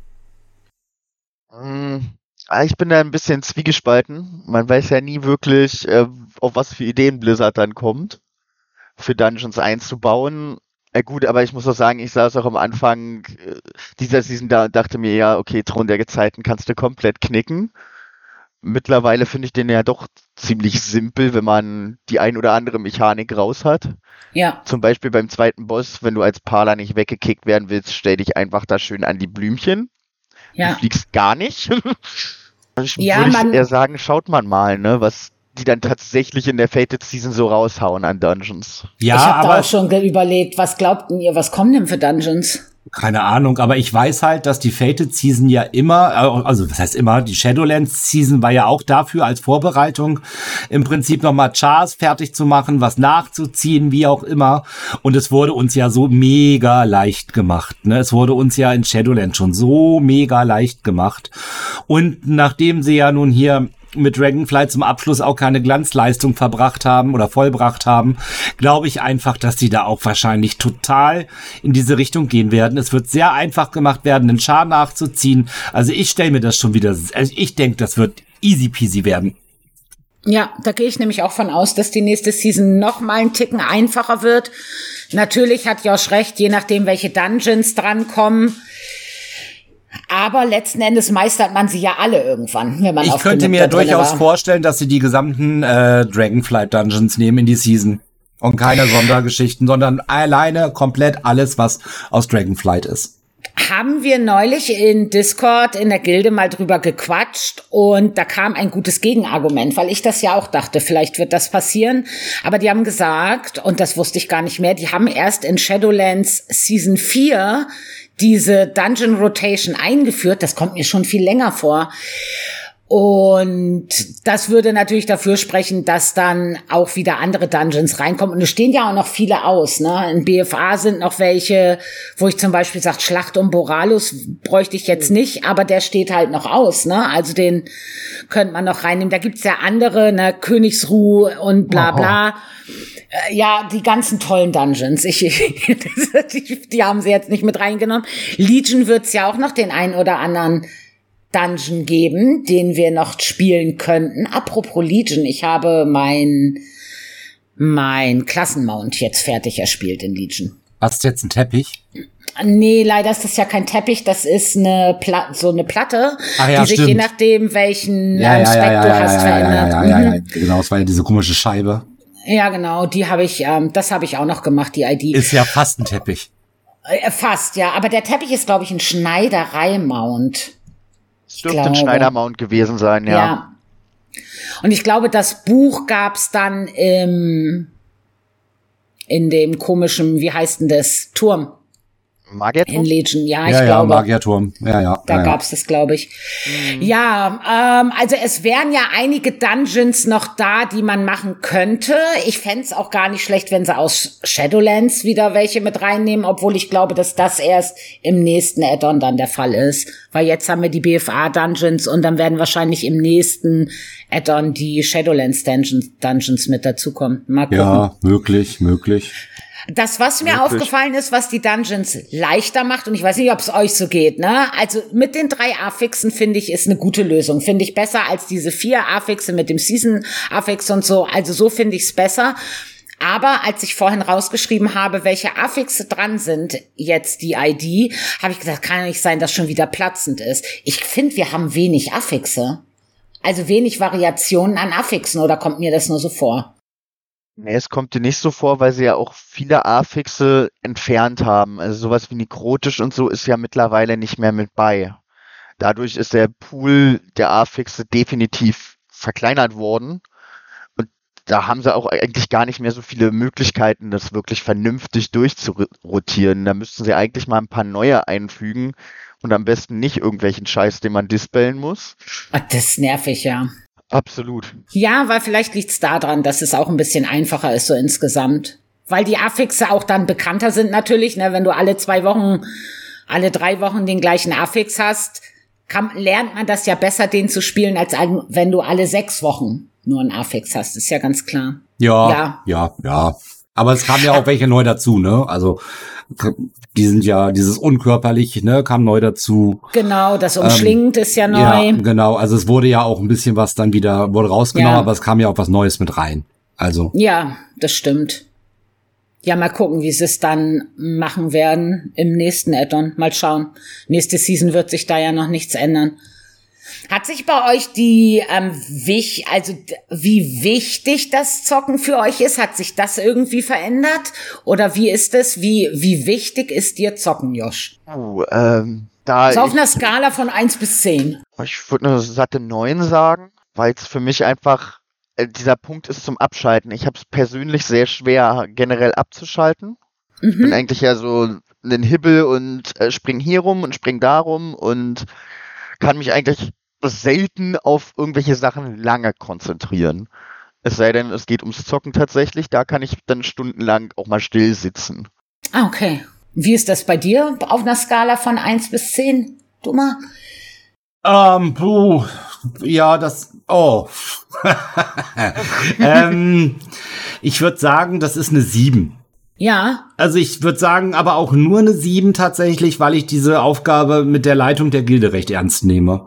Ich bin da ein bisschen zwiegespalten. Man weiß ja nie wirklich, auf was für Ideen Blizzard dann kommt, für Dungeons einzubauen. Gut, aber ich muss auch sagen, ich saß auch am Anfang dieser Season da und dachte mir, ja, okay, Thron der Gezeiten kannst du komplett knicken. Mittlerweile finde ich den ja doch ziemlich simpel, wenn man die ein oder andere Mechanik raus hat. Ja. Zum Beispiel beim zweiten Boss, wenn du als Parler nicht weggekickt werden willst, stell dich einfach da schön an die Blümchen. Ja. Du fliegst gar nicht. Würde ich eher sagen, schaut man mal, ne, was die dann tatsächlich in der Fated Season so raushauen an Dungeons. Ja, ich habe da auch schon überlegt, was glaubten ihr, was kommen denn für Dungeons? Keine Ahnung, aber ich weiß halt, dass die Fated Season ja immer, also was heißt immer, die Shadowlands Season war ja auch dafür als Vorbereitung im Prinzip nochmal Chars fertig zu machen, was nachzuziehen, wie auch immer. Und es wurde uns ja so mega leicht gemacht, ne? Es wurde uns ja in Shadowlands schon so mega leicht gemacht. Und nachdem sie ja nun hier mit Dragonflight zum Abschluss auch keine Glanzleistung verbracht haben oder vollbracht haben, glaube ich einfach, dass die da auch wahrscheinlich total in diese Richtung gehen werden. Es wird sehr einfach gemacht werden, den Char nachzuziehen. Also ich stelle mir das schon wieder, also ich denke, das wird easy peasy werden. Ja, da gehe ich nämlich auch von aus, dass die nächste Season noch mal einen Ticken einfacher wird. Natürlich hat Josh recht, je nachdem, welche Dungeons drankommen. Aber letzten Endes meistert man sie ja alle irgendwann, wenn man. Ich könnte mir durchaus vorstellen, dass sie die gesamten Dragonflight Dungeons nehmen in die Season und keine Sondergeschichten, sondern alleine komplett alles, was aus Dragonflight ist. Haben wir neulich in Discord in der Gilde mal drüber gequatscht und da kam ein gutes Gegenargument, weil ich das ja auch dachte, vielleicht wird das passieren. Aber die haben gesagt, und das wusste ich gar nicht mehr, die haben erst in Shadowlands Season 4 diese Dungeon Rotation eingeführt. Das kommt mir schon viel länger vor. Und das würde natürlich dafür sprechen, dass dann auch wieder andere Dungeons reinkommen. Und es stehen ja auch noch viele aus, ne? In BFA sind noch welche, wo ich zum Beispiel sage, Schlacht um Boralus bräuchte ich jetzt nicht, aber der steht halt noch aus, ne? Also den könnte man noch reinnehmen. Da gibt's ja andere, ne? Königsruhe und bla bla. Ja, die ganzen tollen Dungeons. Die haben sie jetzt nicht mit reingenommen. Legion wird's ja auch noch den einen oder anderen Dungeon geben, den wir noch spielen könnten. Apropos Legion, ich habe mein Klassenmount jetzt fertig erspielt in Legion. Hast du jetzt einen Teppich? Nee, leider ist das ja kein Teppich, das ist so eine Platte, die sich je nachdem, welchen Spec du hast, verändert. Ja, genau, das war ja diese komische Scheibe. Ja, genau, das habe ich auch noch gemacht, die ID. Ist ja fast ein Teppich. Fast, ja, aber der Teppich ist, glaube ich, ein Schneiderei-Mount. Es dürfte ein Schneider-Mount gewesen sein, ja. Und ich glaube, das Buch gab's dann in dem komischen, wie heißt denn das, Turm? Magierturm? In Legion, ich glaube. Ja, Magierturm. Ja. Da gab's das, glaube ich. Ja, also es wären ja einige Dungeons noch da, die man machen könnte. Ich fänd's auch gar nicht schlecht, wenn sie aus Shadowlands wieder welche mit reinnehmen, obwohl ich glaube, dass das erst im nächsten Add-on dann der Fall ist. Weil jetzt haben wir die BFA-Dungeons und dann werden wahrscheinlich im nächsten Add-on die Shadowlands-Dungeons mit dazukommen. Mal gucken. Ja, möglich. Das, was mir aufgefallen ist, was die Dungeons leichter macht, und ich weiß nicht, ob es euch so geht, ne? Also mit den 3 Affixen, finde ich, ist eine gute Lösung. Finde ich besser als diese 4 Affixe mit dem Season-Affix und so. Also so finde ich es besser. Aber als ich vorhin rausgeschrieben habe, welche Affixe dran sind, jetzt die ID, habe ich gesagt, kann ja nicht sein, dass schon wieder platzend ist. Ich finde, wir haben wenig Affixe. Also wenig Variationen an Affixen, oder kommt mir das nur so vor? Nee, es kommt dir nicht so vor, weil sie ja auch viele Affixe entfernt haben. Also sowas wie nekrotisch und so ist ja mittlerweile nicht mehr mit bei. Dadurch ist der Pool der Affixe definitiv verkleinert worden. Und da haben sie auch eigentlich gar nicht mehr so viele Möglichkeiten, das wirklich vernünftig durchzurotieren. Da müssten sie eigentlich mal ein paar neue einfügen und am besten nicht irgendwelchen Scheiß, den man dispellen muss. Das ist nervig, ja. Absolut. Ja, weil vielleicht liegt's daran, dass es auch ein bisschen einfacher ist so insgesamt. Weil die Affixe auch dann bekannter sind natürlich, ne? Wenn du alle 3 Wochen den gleichen Affix hast, lernt man das ja besser, den zu spielen, als wenn du alle 6 Wochen nur einen Affix hast. Ist ja ganz klar. Ja. Aber es kamen ja auch welche neu dazu, ne? Also die sind ja, dieses unkörperlich, ne, kam neu dazu. Genau, das umschlingend ist ja neu. Ja, genau, also es wurde ja auch ein bisschen was dann wieder, wurde rausgenommen, aber es kam ja auch was Neues mit rein. Also. Ja, das stimmt. Ja, mal gucken, wie sie es dann machen werden im nächsten Add-on. Mal schauen. Nächste Season wird sich da ja noch nichts ändern. Hat sich bei euch wie wichtig das Zocken für euch ist? Hat sich das irgendwie verändert? Oder wie ist es? Wie wichtig ist dir Zocken, Josh? So auf einer Skala von 1 bis 10. Ich würde eine satte 9 sagen, weil es für mich einfach dieser Punkt ist zum Abschalten. Ich habe es persönlich sehr schwer, generell abzuschalten. Ich bin eigentlich ja so ein Hibbel und spring hier rum und spring da rum und kann mich eigentlich selten auf irgendwelche Sachen lange konzentrieren. Es sei denn, es geht ums Zocken tatsächlich, da kann ich dann stundenlang auch mal still sitzen. Ah, okay. Wie ist das bei dir auf einer Skala von 1 bis 10, Duma? Ich würde sagen, das ist eine 7. Ja. Also ich würde sagen, aber auch nur eine 7 tatsächlich, weil ich diese Aufgabe mit der Leitung der Gilde recht ernst nehme.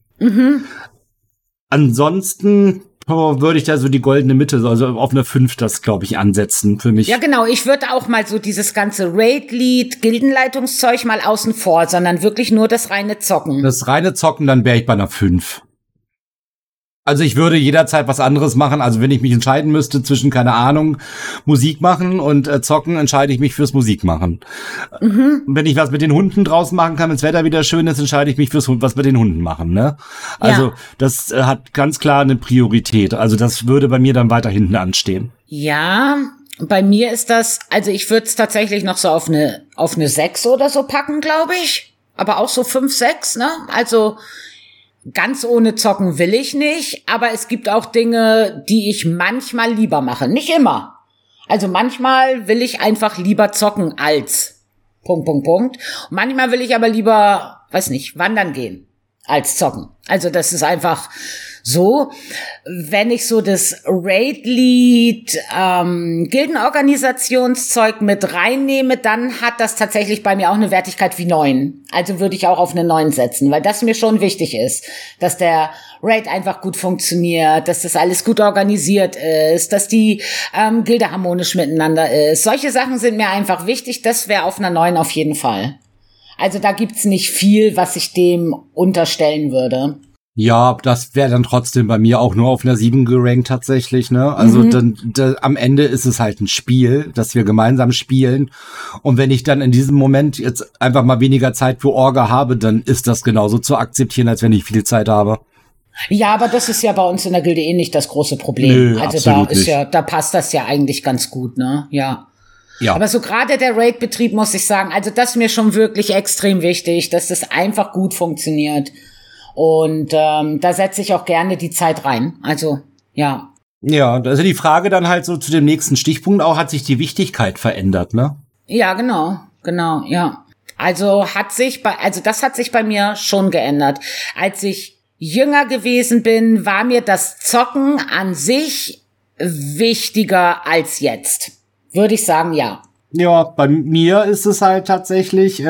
Ansonsten würde ich da so die goldene Mitte, also auf eine 5 das, glaube ich, ansetzen für mich. Ja, genau. Ich würde auch mal so dieses ganze Raid-Lead, Gildenleitungszeug mal außen vor, sondern wirklich nur das reine Zocken. Das reine Zocken, dann wäre ich bei einer 5. Also ich würde jederzeit was anderes machen. Also wenn ich mich entscheiden müsste zwischen, keine Ahnung, Musik machen und zocken, entscheide ich mich fürs Musik machen. Wenn ich was mit den Hunden draußen machen kann, wenn das Wetter wieder schön ist, entscheide ich mich fürs was mit den Hunden machen, ne? Also das hat ganz klar eine Priorität. Also das würde bei mir dann weiter hinten anstehen. Ja, bei mir ist das, also ich würde es tatsächlich noch so auf eine 6 oder so packen, glaube ich. Aber auch so 5, 6, ne? Also ganz ohne Zocken will ich nicht, aber es gibt auch Dinge, die ich manchmal lieber mache. Nicht immer. Also manchmal will ich einfach lieber zocken als ... Manchmal will ich aber lieber, weiß nicht, wandern gehen als zocken. Also das ist einfach so. Wenn ich so das Raid-Lead Gildenorganisationszeug mit reinnehme, dann hat das tatsächlich bei mir auch eine Wertigkeit wie 9. Also würde ich auch auf eine 9 setzen, weil das mir schon wichtig ist, dass der Raid einfach gut funktioniert, dass das alles gut organisiert ist, dass die Gilde harmonisch miteinander ist. Solche Sachen sind mir einfach wichtig. Das wäre auf einer 9 auf jeden Fall. Also da gibt's nicht viel, was ich dem unterstellen würde. Ja, das wäre dann trotzdem bei mir auch nur auf einer 7 gerankt tatsächlich, ne? Also am Ende ist es halt ein Spiel, das wir gemeinsam spielen. Und wenn ich dann in diesem Moment jetzt einfach mal weniger Zeit für Orga habe, dann ist das genauso zu akzeptieren, als wenn ich viel Zeit habe. Ja, aber das ist ja bei uns in der Gilde eh nicht das große Problem. Nö, also da passt das ja eigentlich ganz gut, ne? Ja. Ja. Aber so gerade der Raid-Betrieb, muss ich sagen, also das ist mir schon wirklich extrem wichtig, dass das einfach gut funktioniert. Und da setze ich auch gerne die Zeit rein. Also, ja. Ja, also die Frage dann halt so zu dem nächsten Stichpunkt auch, hat sich die Wichtigkeit verändert, ne? Ja, genau, ja. Also das hat sich bei mir schon geändert. Als ich jünger gewesen bin, war mir das Zocken an sich wichtiger als jetzt. Würde ich sagen, ja. Ja, bei mir ist es halt tatsächlich,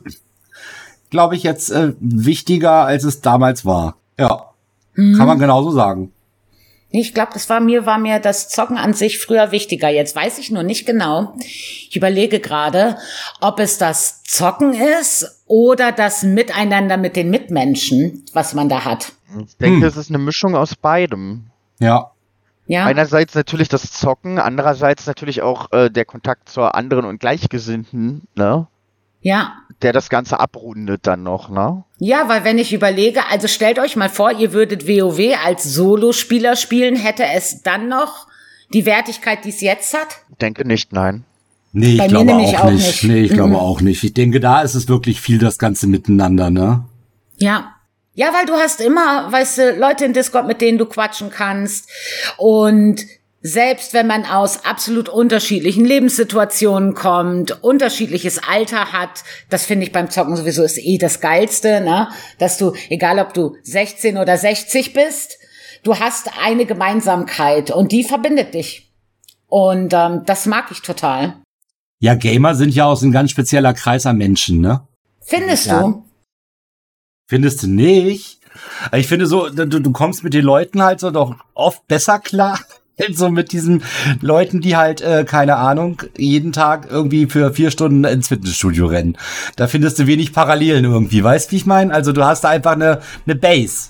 glaube ich, jetzt wichtiger, als es damals war. Ja, kann man genauso sagen. Ich glaube, war mir das Zocken an sich früher wichtiger. Jetzt weiß ich nur nicht genau. Ich überlege gerade, ob es das Zocken ist oder das Miteinander mit den Mitmenschen, was man da hat. Ich denke, es ist eine Mischung aus beidem. Ja. Ja. Einerseits natürlich das Zocken, andererseits natürlich auch der Kontakt zur anderen und Gleichgesinnten, ne? Ja. Der das Ganze abrundet dann noch, ne? Ja, weil wenn ich überlege, also stellt euch mal vor, ihr würdet WoW als Solospieler spielen, hätte es dann noch die Wertigkeit, die es jetzt hat? Denke nicht, nein. Nee, Bei ich mir glaube nämlich auch nicht. nicht. Nee, ich glaube auch nicht. Ich denke, da ist es wirklich viel das Ganze miteinander, ne? Ja. Ja, weil du hast immer, weißt du, Leute in Discord, mit denen du quatschen kannst. Und selbst wenn man aus absolut unterschiedlichen Lebenssituationen kommt, unterschiedliches Alter hat, das finde ich beim Zocken sowieso ist das Geilste, ne? Dass du, egal ob du 16 oder 60 bist, du hast eine Gemeinsamkeit und die verbindet dich. Und das mag ich total. Ja, Gamer sind ja auch so ein ganz spezieller Kreis an Menschen, ne? Findest Ja. du? Findest du nicht? Ich finde so, du kommst mit den Leuten halt so doch oft besser klar. So mit diesen Leuten, die halt, keine Ahnung, jeden Tag irgendwie für 4 Stunden ins Fitnessstudio rennen. Da findest du wenig Parallelen irgendwie. Weißt du, wie ich meine? Also du hast da einfach eine Base.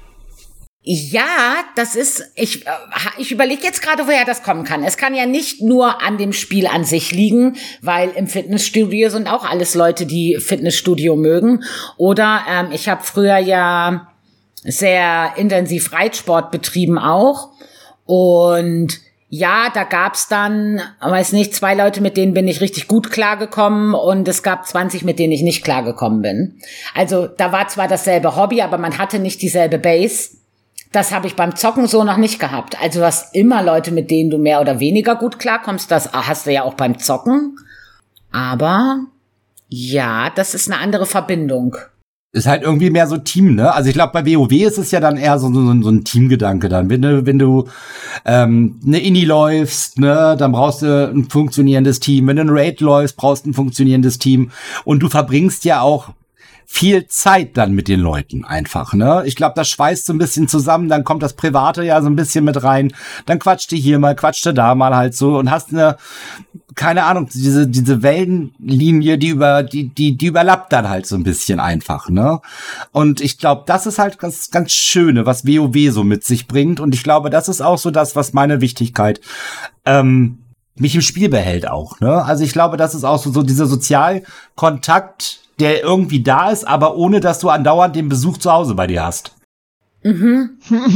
Ja, das ist, ich überlege jetzt gerade, woher das kommen kann. Es kann ja nicht nur an dem Spiel an sich liegen, weil im Fitnessstudio sind auch alles Leute, die Fitnessstudio mögen. Oder ich habe früher ja sehr intensiv Reitsport betrieben auch. Und ja, da gab's dann, weiß nicht, 2 Leute, mit denen bin ich richtig gut klargekommen und es gab 20, mit denen ich nicht klargekommen bin. Also da war zwar dasselbe Hobby, aber man hatte nicht dieselbe Base. Das habe ich beim Zocken so noch nicht gehabt. Also du hast immer Leute, mit denen du mehr oder weniger gut klarkommst. Das hast du ja auch beim Zocken. Aber ja, das ist eine andere Verbindung. Ist halt irgendwie mehr so Team, ne? Also ich glaube, bei WoW ist es ja dann eher so ein Teamgedanke dann. Wenn du eine Inni läufst, ne, dann brauchst du ein funktionierendes Team. Wenn du ein Raid läufst, brauchst du ein funktionierendes Team. Und du verbringst ja auch viel Zeit dann mit den Leuten einfach, ne? Ich glaube, das schweißt so ein bisschen zusammen, dann kommt das Private ja so ein bisschen mit rein, dann quatscht du hier mal, quatscht du da mal halt so und hast eine, keine Ahnung, diese Wellenlinie, die überlappt dann halt so ein bisschen einfach, ne? Und ich glaube, das ist halt ganz, ganz Schöne, was WoW so mit sich bringt und ich glaube, das ist auch so das, was meine Wichtigkeit mich im Spiel behält auch, ne? Also ich glaube, das ist auch so dieser Sozialkontakt, der irgendwie da ist, aber ohne, dass du andauernd den Besuch zu Hause bei dir hast. Mhm.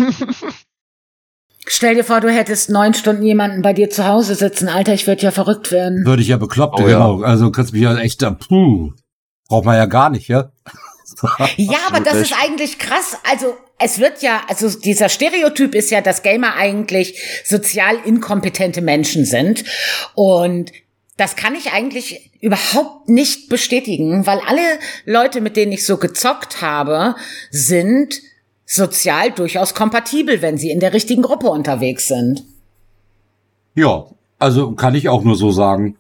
Stell dir vor, du hättest 9 Stunden jemanden bei dir zu Hause sitzen. Alter, ich würde ja verrückt werden. Würde ich ja bekloppt, Oh, genau. Ja. Also kannst mich ja echt, braucht man ja gar nicht, ja. Ja, aber das ist eigentlich krass. Also es wird ja, also dieser Stereotyp ist ja, dass Gamer eigentlich sozial inkompetente Menschen sind. Und das kann ich eigentlich überhaupt nicht bestätigen, weil alle Leute, mit denen ich so gezockt habe, sind sozial durchaus kompatibel, wenn sie in der richtigen Gruppe unterwegs sind. Ja, also kann ich auch nur so sagen.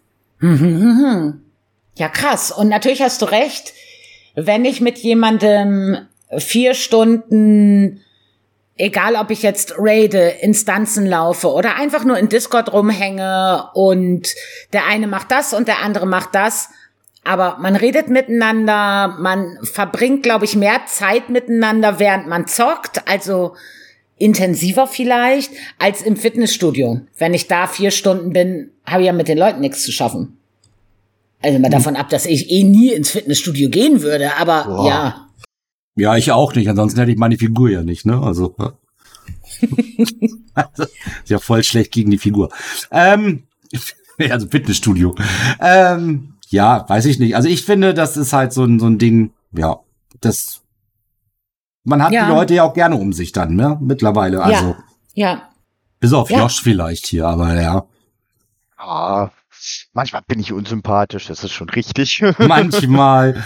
Ja, krass. Und natürlich hast du recht, wenn ich mit jemandem 4 Stunden, egal ob ich jetzt raide, Instanzen laufe oder einfach nur in Discord rumhänge und der eine macht das und der andere macht das, aber man redet miteinander, man verbringt, glaube ich, mehr Zeit miteinander, während man zockt, also intensiver vielleicht, als im Fitnessstudio. Wenn ich da 4 Stunden bin, habe ich ja mit den Leuten nichts zu schaffen. Also mal davon ab, dass ich nie ins Fitnessstudio gehen würde, aber ja. Ja, ich auch nicht, ansonsten hätte ich meine Figur ja nicht, ne? Also, also ist ja voll schlecht gegen die Figur. Also Fitnessstudio. Ja, weiß ich nicht. Also ich finde, das ist halt so ein Ding, ja, das man hat die Leute ja auch gerne um sich dann, ne? Mittlerweile, also. Ja. Bis auf Josh vielleicht hier, aber ja. Ah, manchmal bin ich unsympathisch, das ist schon richtig. Manchmal.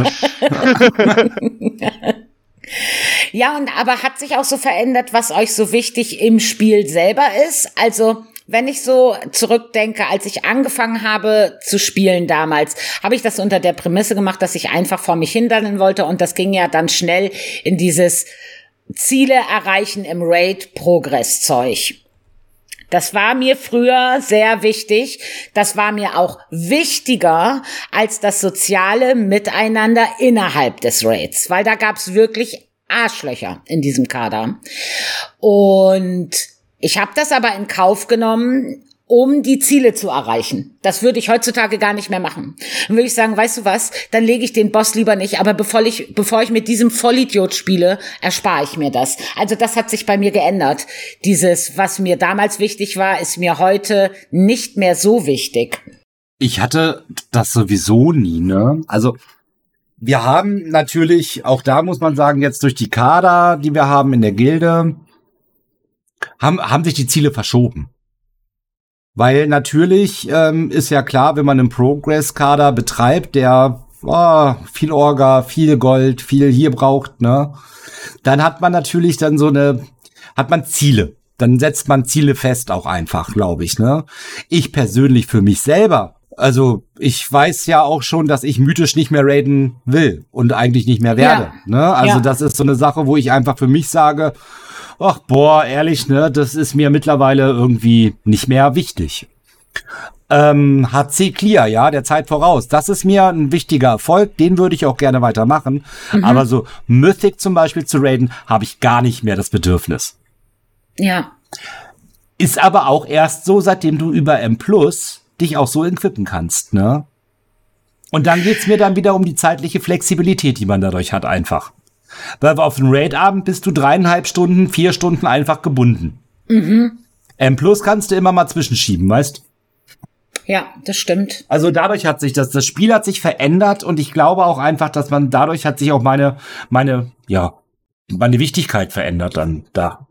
Ja, und aber hat sich auch so verändert, was euch so wichtig im Spiel selber ist? Also, wenn ich so zurückdenke, als ich angefangen habe zu spielen damals, habe ich das unter der Prämisse gemacht, dass ich einfach vor mich hindaddeln wollte und das ging ja dann schnell in dieses Ziele erreichen im Raid-Progress-Zeug. Das war mir früher sehr wichtig. Das war mir auch wichtiger als das soziale Miteinander innerhalb des Raids, weil da gab's wirklich Arschlöcher in diesem Kader. Und ich habe das aber in Kauf genommen, um die Ziele zu erreichen. Das würde ich heutzutage gar nicht mehr machen. Dann würde ich sagen, weißt du was, dann lege ich den Boss lieber nicht, aber bevor ich mit diesem Vollidiot spiele, erspare ich mir das. Also das hat sich bei mir geändert. Dieses, was mir damals wichtig war, ist mir heute nicht mehr so wichtig. Ich hatte das sowieso nie, ne? Also wir haben natürlich, auch da muss man sagen, jetzt durch die Kader, die wir haben in der Gilde, haben sich die Ziele verschoben. Weil natürlich ist ja klar, wenn man einen Progress-Kader betreibt, der viel Orga, viel Gold, viel hier braucht, ne, dann hat man natürlich dann hat man Ziele. Dann setzt man Ziele fest auch einfach, glaube ich, ne. Ich persönlich für mich selber, also ich weiß ja auch schon, dass ich mythisch nicht mehr raiden will und eigentlich nicht mehr werde, ne. Also das ist so eine Sache, wo ich einfach für mich sage, ach, boah, ehrlich, ne, das ist mir mittlerweile irgendwie nicht mehr wichtig. HC Clear, ja, der Zeit voraus. Das ist mir ein wichtiger Erfolg, den würde ich auch gerne weitermachen. Aber so Mythic zum Beispiel zu raiden, habe ich gar nicht mehr das Bedürfnis. Ja. Ist aber auch erst so, seitdem du über M+ dich auch so equippen kannst, ne? Und dann geht's mir dann wieder um die zeitliche Flexibilität, die man dadurch hat einfach. Weil auf dem Raid-Abend bist du 3,5 Stunden, 4 Stunden einfach gebunden. M+ kannst du immer mal zwischenschieben, weißt? Ja, das stimmt. Also dadurch hat sich das Spiel hat sich verändert und ich glaube auch einfach, dass dadurch hat sich auch meine Wichtigkeit verändert dann da.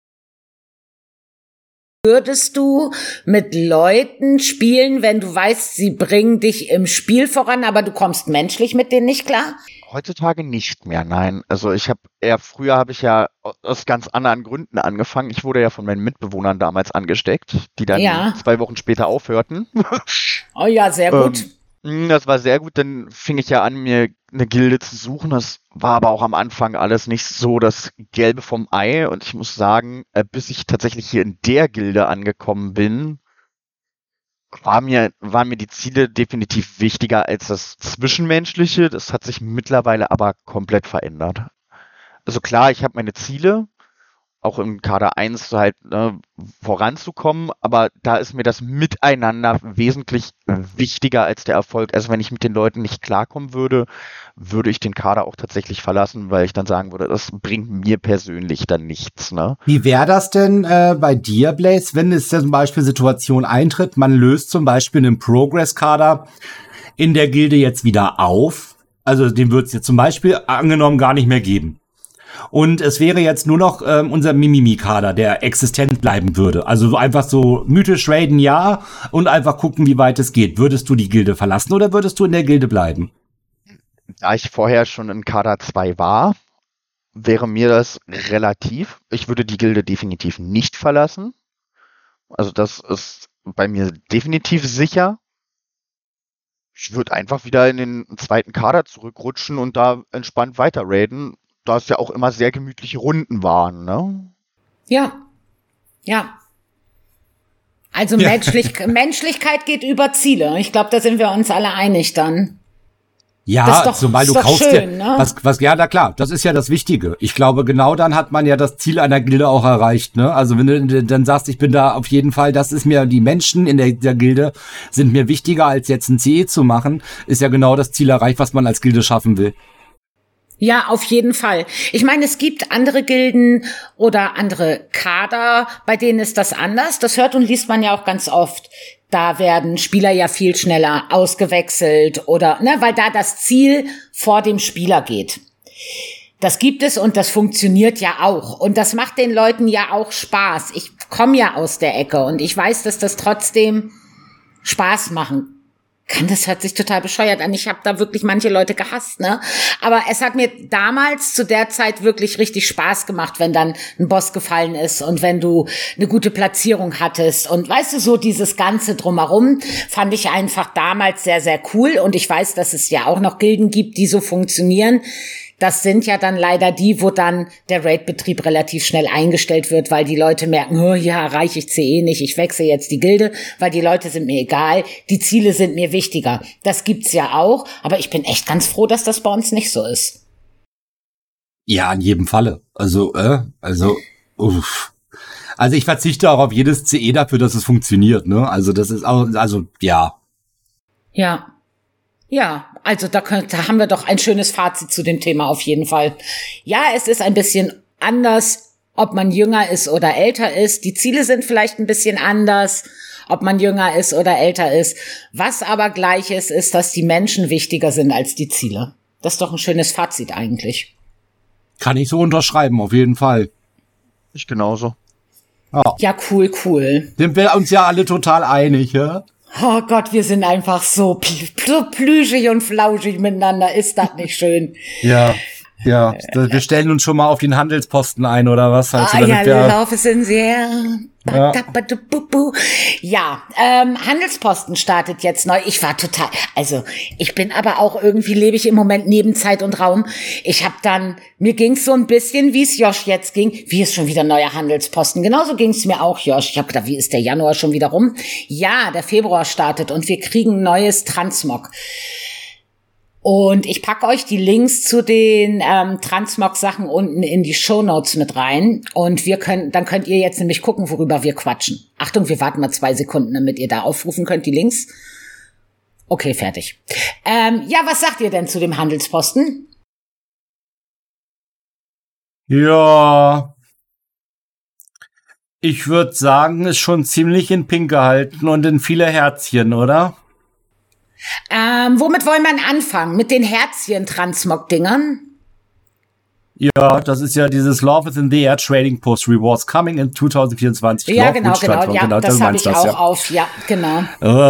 Würdest du mit Leuten spielen, wenn du weißt, sie bringen dich im Spiel voran, aber du kommst menschlich mit denen nicht klar? Heutzutage nicht mehr, nein. Also früher habe ich ja aus ganz anderen Gründen angefangen. Ich wurde ja von meinen Mitbewohnern damals angesteckt, die dann 2 Wochen später aufhörten. Oh ja, sehr gut. Das war sehr gut. Dann fing ich ja an, mir eine Gilde zu suchen. Das war aber auch am Anfang alles nicht so das Gelbe vom Ei. Und ich muss sagen, bis ich tatsächlich hier in der Gilde angekommen bin, waren mir die Ziele definitiv wichtiger als das Zwischenmenschliche. Das hat sich mittlerweile aber komplett verändert. Also klar, ich habe meine Ziele, auch im Kader 1 halt voranzukommen, aber da ist mir das Miteinander wesentlich wichtiger als der Erfolg. Also wenn ich mit den Leuten nicht klarkommen würde, würde ich den Kader auch tatsächlich verlassen, weil ich dann sagen würde, das bringt mir persönlich dann nichts. Ne? Wie wäre das denn bei dir, Blaze, wenn es zum Beispiel Situation eintritt, man löst zum Beispiel einen Progress-Kader in der Gilde jetzt wieder auf, Also den wird es jetzt zum Beispiel angenommen gar nicht mehr geben. Und es wäre jetzt nur noch unser Mimimi-Kader, der existent bleiben würde. Also einfach so mythisch raiden, ja, und einfach gucken, wie weit es geht. Würdest du die Gilde verlassen oder würdest du in der Gilde bleiben? Da ich vorher schon in Kader 2 war, wäre mir das relativ. Ich würde die Gilde definitiv nicht verlassen. Also das ist bei mir definitiv sicher. Ich würde einfach wieder in den zweiten Kader zurückrutschen und da entspannt weiter raiden, da es ja auch immer sehr gemütliche Runden waren, ne? Ja. Also Menschlichkeit geht über Ziele. Ich glaube, da sind wir uns alle einig dann. Ja, zumal du kaufst schön, ne? Ja, na klar, das ist ja das Wichtige. Ich glaube, genau dann hat man ja das Ziel einer Gilde auch erreicht, ne? Also wenn du dann sagst, ich bin da auf jeden Fall, das ist mir, die Menschen in der Gilde sind mir wichtiger, als jetzt ein CE zu machen, ist ja genau das Ziel erreicht, was man als Gilde schaffen will. Ja, auf jeden Fall. Ich meine, es gibt andere Gilden oder andere Kader, bei denen ist das anders. Das hört und liest man ja auch ganz oft. Da werden Spieler ja viel schneller ausgewechselt oder, ne, weil da das Ziel vor dem Spieler geht. Das gibt es und das funktioniert ja auch. Und das macht den Leuten ja auch Spaß. Ich komme ja aus der Ecke und ich weiß, dass das trotzdem Spaß machen kann. Das hört sich total bescheuert an. Ich habe da wirklich manche Leute gehasst, ne? Aber es hat mir damals zu der Zeit wirklich richtig Spaß gemacht, wenn dann ein Boss gefallen ist und wenn du eine gute Platzierung hattest. Und weißt du, so dieses Ganze drumherum fand ich einfach damals sehr, sehr cool. Und ich weiß, dass es ja auch noch Gilden gibt, die so funktionieren. Das sind ja dann leider die, wo dann der Raid-Betrieb relativ schnell eingestellt wird, weil die Leute merken, oh, ja, erreiche ich CE nicht, ich wechsle jetzt die Gilde, weil die Leute sind mir egal, die Ziele sind mir wichtiger. Das gibt's ja auch, aber ich bin echt ganz froh, dass das bei uns nicht so ist. Ja, in jedem Falle. Also ich verzichte auch auf jedes CE dafür, dass es funktioniert, ne? Also das ist auch, ja. Ja, also da haben wir doch ein schönes Fazit zu dem Thema auf jeden Fall. Ja, es ist ein bisschen anders, ob man jünger ist oder älter ist. Die Ziele sind vielleicht ein bisschen anders, ob man jünger ist oder älter ist. Was aber gleich ist, dass die Menschen wichtiger sind als die Ziele. Das ist doch ein schönes Fazit eigentlich. Kann ich so unterschreiben, auf jeden Fall. Ich genauso. Ja, cool. Sind wir uns ja alle total einig, ja? Oh Gott, wir sind einfach so plüschig und flauschig miteinander. Ist das nicht schön? Ja. Wir stellen uns schon mal auf den Handelsposten ein, oder was? Lauf es in sehr. Ja, Handelsposten startet jetzt neu. Ich war total, ich bin aber auch irgendwie, lebe ich im Moment neben Zeit und Raum. Mir ging's so ein bisschen, wie es Josh jetzt ging. Wie ist schon wieder neuer Handelsposten? Genauso ging's mir auch, Josh. Ich habe gedacht, wie ist der Januar schon wieder rum? Ja, der Februar startet und wir kriegen neues Transmog. Und ich packe euch die Links zu den Transmog-Sachen unten in die Shownotes mit rein. Und dann könnt ihr jetzt nämlich gucken, worüber wir quatschen. Achtung, wir warten mal 2 Sekunden, damit ihr da aufrufen könnt, die Links. Okay, fertig. Ja, was sagt ihr denn zu dem Handelsposten? Ja, ich würde sagen, ist schon ziemlich in Pink gehalten und in viele Herzchen, oder? Womit wollen wir anfangen? Mit den Herzchen-Transmog-Dingern? Ja, das ist ja dieses Love is in the Air Trading Post Rewards coming in 2024. Ja, genau. Ja, das habe ich auch auf. Ja, genau.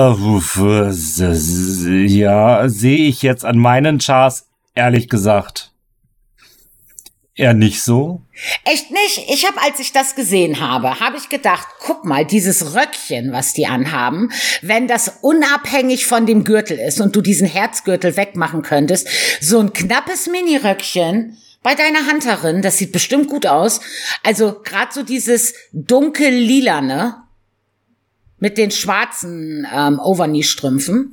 Ja, sehe ich jetzt an meinen Charts, ehrlich gesagt, eher nicht so. Echt nicht? Ich habe, als ich das gesehen habe ich gedacht, guck mal, dieses Röckchen, was die anhaben, wenn das unabhängig von dem Gürtel ist und du diesen Herzgürtel wegmachen könntest, so ein knappes Mini-Röckchen bei deiner Hunterin, das sieht bestimmt gut aus. Also gerade so dieses dunkel-lilane mit den schwarzen Overknee-Strümpfen.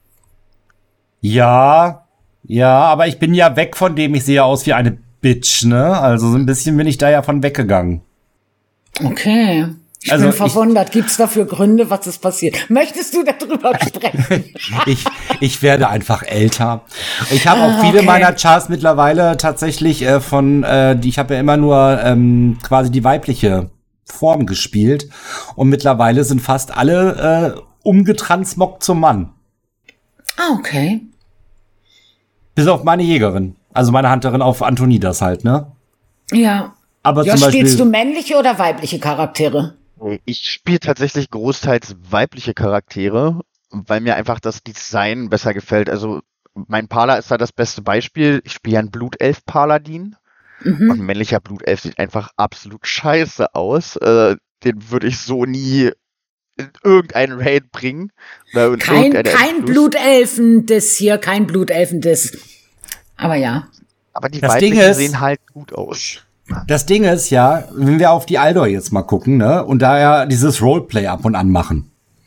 Ja, aber ich bin ja weg von dem, ich sehe aus wie eine Bitch, ne? Also so ein bisschen bin ich da ja von weggegangen. Okay. Ich bin verwundert. Gibt's dafür Gründe, was ist passiert? Möchtest du darüber sprechen? ich werde einfach älter. Ich habe auch viele meiner Charts mittlerweile tatsächlich ich habe ja immer nur quasi die weibliche Form gespielt. Und mittlerweile sind fast alle umgetransmoggt zum Mann. Ah, okay. Bis auf meine Jägerin. Also meine Hunterin auf Antonidas halt, ne? Ja. Aber ja, zum Beispiel, spielst du männliche oder weibliche Charaktere? Ich spiele tatsächlich großteils weibliche Charaktere, weil mir einfach das Design besser gefällt. Also mein Pala ist da das beste Beispiel. Ich spiele ja einen Blutelf-Paladin. Und ein männlicher Blutelf sieht einfach absolut scheiße aus. Den würde ich so nie in irgendeinen Raid bringen. Oder Kein Blutelfen-Diss hier, kein Blutelfen-Diss. Aber ja. Aber die weiblichen sehen halt gut aus. Das Ding ist ja, wenn wir auf die Aldor jetzt mal gucken, ne, und da ja dieses Roleplay ab und an machen.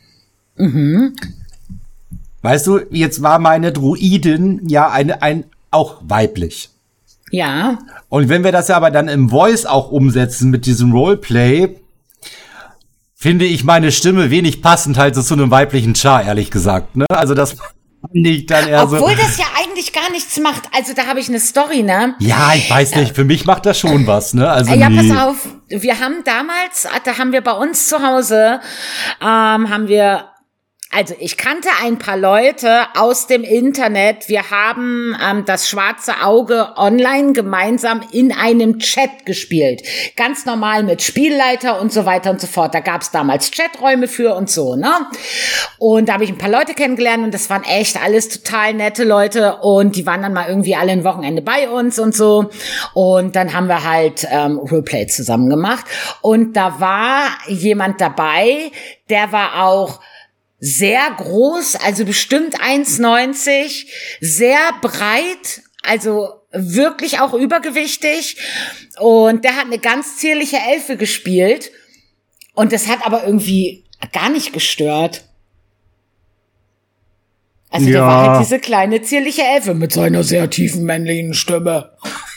Weißt du, jetzt war meine Druidin ja auch weiblich. Ja. Und wenn wir das ja aber dann im Voice auch umsetzen mit diesem Roleplay, finde ich meine Stimme wenig passend halt zu einem weiblichen Char, ehrlich gesagt, ne? Also das nicht dann eher Obwohl das ja eigentlich gar nichts macht. Also da habe ich eine Story, ne? Ja, ich weiß nicht. Für mich macht das schon was, ne? Also ja, pass auf. Wir haben damals, da haben wir bei uns zu Hause, also ich kannte ein paar Leute aus dem Internet. Wir haben das Schwarze Auge online gemeinsam in einem Chat gespielt. Ganz normal mit Spielleiter und so weiter und so fort. Da gab es damals Chaträume für und so, ne? Und da habe ich ein paar Leute kennengelernt und das waren echt alles total nette Leute und die waren dann mal irgendwie alle ein Wochenende bei uns und so. Und dann haben wir halt Roleplay zusammen gemacht. Und da war jemand dabei, der war auch sehr groß, also bestimmt 1,90, sehr breit, also wirklich auch übergewichtig. Und der hat eine ganz zierliche Elfe gespielt. Und das hat aber irgendwie gar nicht gestört. Also der war halt diese kleine zierliche Elfe mit seiner sehr tiefen männlichen Stimme.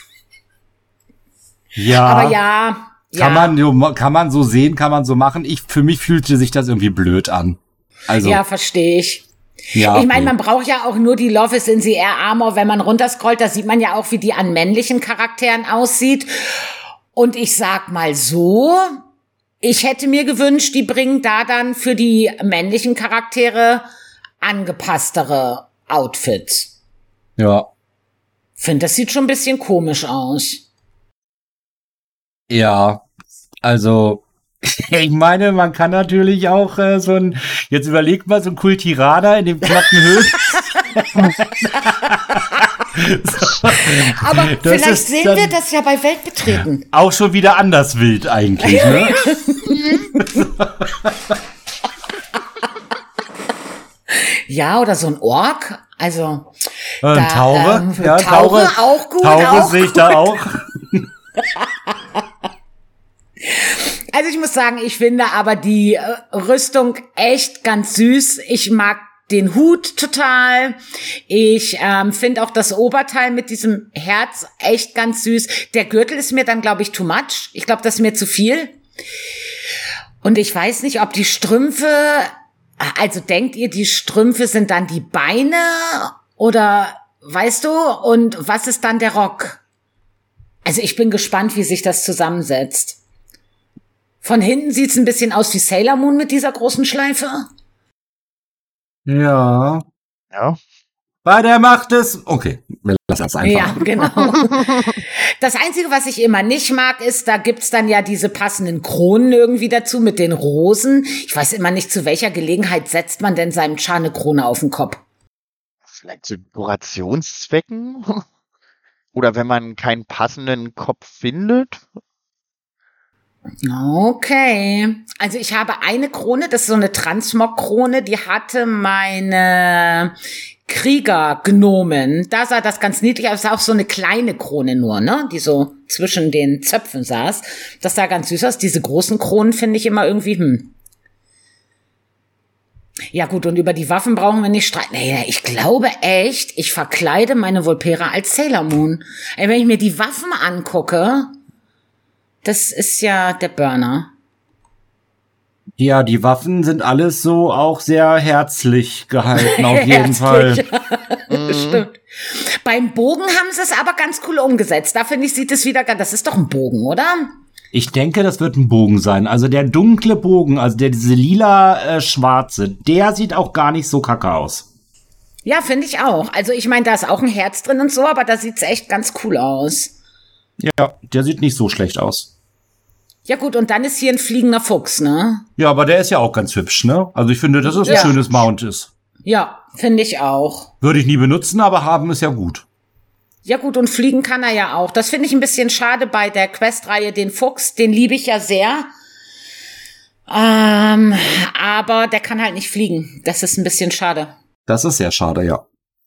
Ja. Aber ja. Kann man so sehen, kann man so machen. Für mich fühlte sich das irgendwie blöd an. Also, ja, verstehe ich. Ja, ich meine, man braucht ja auch nur die Love is in the Air Armor, wenn man runterscrollt, da sieht man ja auch, wie die an männlichen Charakteren aussieht. Und ich sag mal so, ich hätte mir gewünscht, die bringen da dann für die männlichen Charaktere angepasstere Outfits. Ja. Finde, das sieht schon ein bisschen komisch aus. Ja, also ich meine, man kann natürlich auch jetzt überlegt mal, so ein Kultirada in dem knappen Höhen. Aber vielleicht sehen wir das ja bei Weltbetreten. Auch schon wieder anders wild eigentlich, ne? Ja, oder so ein Ork, also Taure, Taure auch gut. Taure sehe ich da auch. Also ich muss sagen, ich finde aber die Rüstung echt ganz süß. Ich mag den Hut total. Ich finde auch das Oberteil mit diesem Herz echt ganz süß. Der Gürtel ist mir dann, glaube ich, too much. Ich glaube, das ist mir zu viel. Und ich weiß nicht, ob die Strümpfe, also denkt ihr, die Strümpfe sind dann die Beine oder weißt du? Und was ist dann der Rock? Also ich bin gespannt, wie sich das zusammensetzt. Von hinten sieht's ein bisschen aus wie Sailor Moon mit dieser großen Schleife. Ja. Ja. Bei der Macht es. Okay, wir lassen das einfach. Ja, genau. Das Einzige, was ich immer nicht mag, ist, da gibt's dann ja diese passenden Kronen irgendwie dazu mit den Rosen. Ich weiß immer nicht, zu welcher Gelegenheit setzt man denn seinem Char eine Krone auf den Kopf. Vielleicht zu Dekorationszwecken? Oder wenn man keinen passenden Kopf findet? Okay. Also ich habe eine Krone, das ist so eine Transmog-Krone, die hatte meine Krieger-Gnomen. Da sah das ganz niedlich aus, auch so eine kleine Krone nur, ne, die so zwischen den Zöpfen saß. Das sah ganz süß aus. Diese großen Kronen finde ich immer irgendwie, Ja gut, und über die Waffen brauchen wir nicht streiten. Naja, ich glaube echt, ich verkleide meine Volpera als Sailor Moon. Ey, wenn ich mir die Waffen angucke, das ist ja der Burner. Ja, die Waffen sind alles so auch sehr herzlich gehalten, auf jeden Fall. Stimmt. Beim Bogen haben sie es aber ganz cool umgesetzt. Da finde ich, sieht es wieder, das ist doch ein Bogen, oder? Ich denke, das wird ein Bogen sein. Also der dunkle Bogen, also diese lila schwarze, der sieht auch gar nicht so kacke aus. Ja, finde ich auch. Also ich meine, da ist auch ein Herz drin und so, aber da sieht's echt ganz cool aus. Ja, der sieht nicht so schlecht aus. Ja gut, und dann ist hier ein fliegender Fuchs, ne? Ja, aber der ist ja auch ganz hübsch, ne? Also ich finde, dass es ein schönes Mount ist. Ja, finde ich auch. Würde ich nie benutzen, aber haben ist ja gut. Ja gut, und fliegen kann er ja auch. Das finde ich ein bisschen schade bei der Quest-Reihe, den Fuchs. Den liebe ich ja sehr. Aber der kann halt nicht fliegen. Das ist ein bisschen schade. Das ist sehr schade, ja.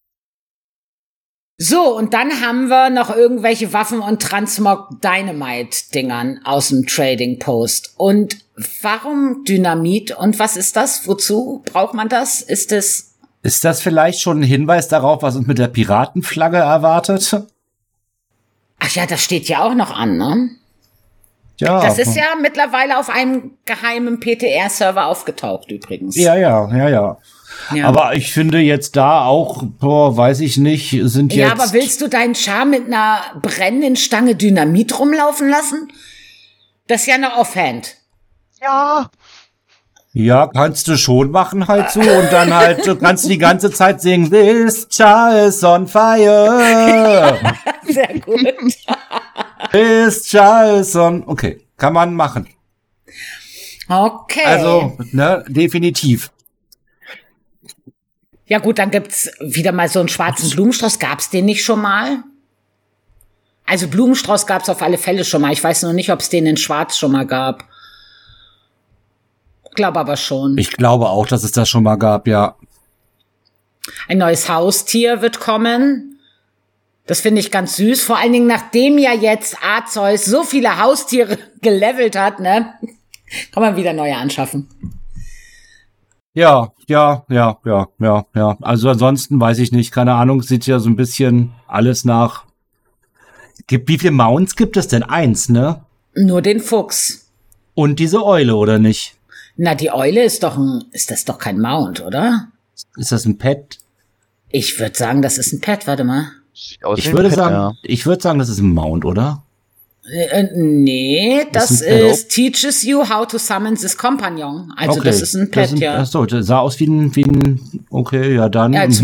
So, und dann haben wir noch irgendwelche Waffen- und Transmog-Dynamite-Dingern aus dem Trading Post. Und warum Dynamit und was ist das? Wozu braucht man das? Ist das vielleicht schon ein Hinweis darauf, was uns mit der Piratenflagge erwartet? Ach ja, das steht ja auch noch an, ne? Ja. Das ist ja mittlerweile auf einem geheimen PTR-Server aufgetaucht übrigens. Ja. Aber ich finde jetzt da auch, weiß ich nicht, sind jetzt... Ja, aber willst du deinen Char mit einer brennenden Stange Dynamit rumlaufen lassen? Das ist ja eine Offhand. Ja. Ja, kannst du schon machen halt so und dann halt kannst du die ganze Zeit singen, This Char is on fire. Sehr gut. This Char is on... Okay, kann man machen. Okay. Also, ne, definitiv. Ja gut, dann gibt's wieder mal so einen schwarzen Blumenstrauß. Gab's den nicht schon mal? Also Blumenstrauß gab's auf alle Fälle schon mal. Ich weiß noch nicht, ob es den in Schwarz schon mal gab. Glaube aber schon. Ich glaube auch, dass es das schon mal gab, ja. Ein neues Haustier wird kommen. Das finde ich ganz süß. Vor allen Dingen, nachdem ja jetzt Arceus so viele Haustiere gelevelt hat, ne? Kann man wieder neue anschaffen. Ja. Also ansonsten weiß ich nicht, keine Ahnung, sieht ja so ein bisschen alles nach. Wie viele Mounts gibt es denn? 1, ne? Nur den Fuchs. Und diese Eule, oder nicht? Na, die Eule ist das doch kein Mount, oder? Ist das ein Pet? Ich würde sagen, das ist ein Pet, warte mal. Ich würde sagen, das ist ein Mount, oder? Nee, das ist teaches you how to summon this companion. Also okay, das ist ein Pet, ja. Achso, das sah aus wie ein okay, ja dann. Ja,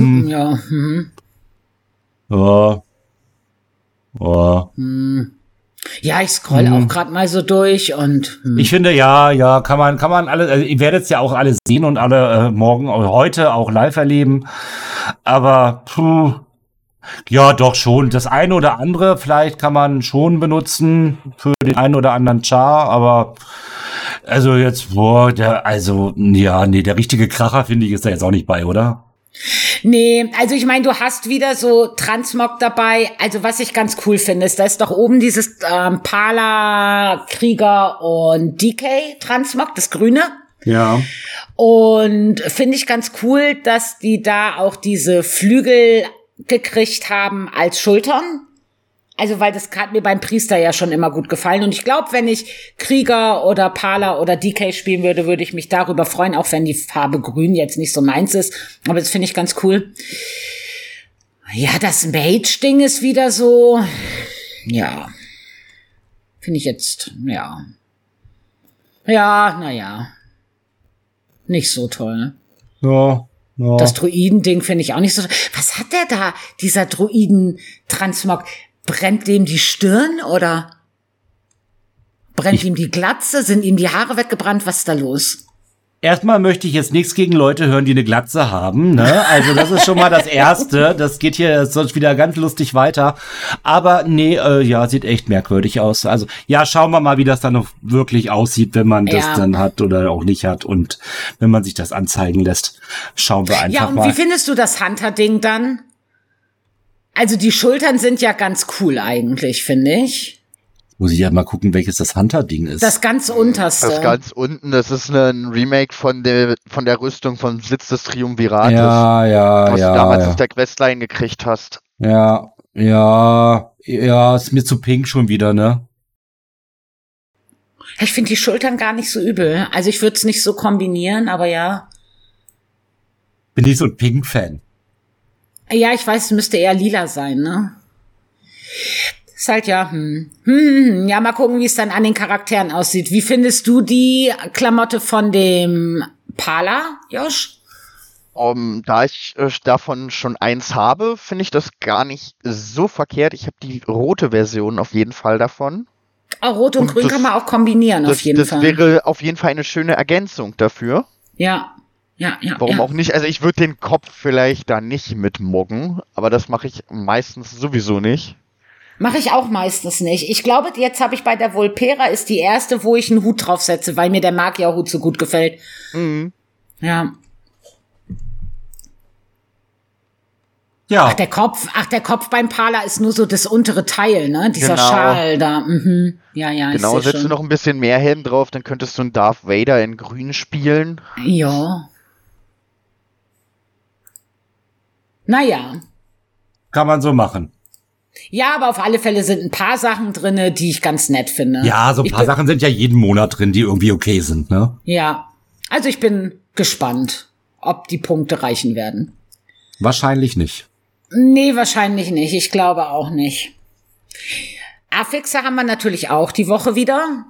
Ja, ich scroll auch gerade mal so durch und ich finde, ja, kann man alle, also ihr werdet es ja auch alle sehen und alle morgen oder heute auch live erleben, aber ja, doch schon. Das eine oder andere vielleicht kann man schon benutzen für den einen oder anderen Char, aber also jetzt, der richtige Kracher, finde ich, ist da jetzt auch nicht bei, oder? Nee, also ich meine, du hast wieder so Transmog dabei. Also was ich ganz cool finde, ist, da ist doch oben dieses Pala, Krieger und DK Transmog, das Grüne. Ja. Und finde ich ganz cool, dass die da auch diese Flügel gekriegt haben als Schultern. Also, weil das hat mir beim Priester ja schon immer gut gefallen. Und ich glaube, wenn ich Krieger oder Pala oder DK spielen würde, würde ich mich darüber freuen, auch wenn die Farbe Grün jetzt nicht so meins ist. Aber das finde ich ganz cool. Ja, das Mage-Ding ist wieder so, ja, finde ich jetzt, ja, naja, nicht so toll. Ja. Das Druiden-Ding finde ich auch nicht so toll. Was hat der da, dieser Druiden-Transmog? Brennt dem die Stirn oder brennt ihm die Glatze? Sind ihm die Haare weggebrannt? Was ist da los? Erstmal möchte ich jetzt nichts gegen Leute hören, die eine Glatze haben, ne? Also das ist schon mal das Erste. Das geht hier sonst wieder ganz lustig weiter. Aber nee, sieht echt merkwürdig aus. Also ja, schauen wir mal, wie das dann noch wirklich aussieht, wenn man das dann hat oder auch nicht hat. Und wenn man sich das anzeigen lässt, schauen wir einfach mal. Ja, und wie findest du das Hunter-Ding dann? Also die Schultern sind ja ganz cool eigentlich, finde ich. Muss ich ja mal gucken, welches das Hunter-Ding ist. Das ganz unterste. Das ganz unten, das ist ein Remake von der Rüstung von Sitz des Triumvirates. Ja. Was du damals auf der Questline gekriegt hast. Ja, ist mir zu pink schon wieder, ne? Ich finde die Schultern gar nicht so übel. Also ich würde es nicht so kombinieren, aber ja. Bin nicht so ein Pink-Fan. Ja, ich weiß, es müsste eher lila sein, ne? Ist halt ja, ja, mal gucken, wie es dann an den Charakteren aussieht. Wie findest du die Klamotte von dem Pala, Josh? Da ich davon schon eins habe, finde ich das gar nicht so verkehrt. Ich habe die rote Version auf jeden Fall davon. Rot und Grün kann man auch kombinieren, auf jeden Fall. Das wäre auf jeden Fall eine schöne Ergänzung dafür. Ja. Warum auch nicht? Also ich würde den Kopf vielleicht da nicht mitmoggen, aber das mache ich meistens sowieso nicht. Mache ich auch meistens nicht. Ich glaube, jetzt habe ich bei der Volpera ist die erste, wo ich einen Hut draufsetze, weil mir der Magierhut so gut gefällt. Mhm. Ja. Ja. Ach, der Kopf beim Pala ist nur so das untere Teil, ne? Dieser Genau. Schal da. Mhm. Ja. Genau, setzt du noch ein bisschen mehr Helm drauf, dann könntest du einen Darth Vader in grün spielen. Ja. Naja. Kann man so machen. Ja, aber auf alle Fälle sind ein paar Sachen drinne, die ich ganz nett finde. Ja, so ein paar Sachen sind ja jeden Monat drin, die irgendwie okay sind, ne? Ja. Also ich bin gespannt, ob die Punkte reichen werden. Wahrscheinlich nicht. Nee, wahrscheinlich nicht. Ich glaube auch nicht. Affixe haben wir natürlich auch die Woche wieder.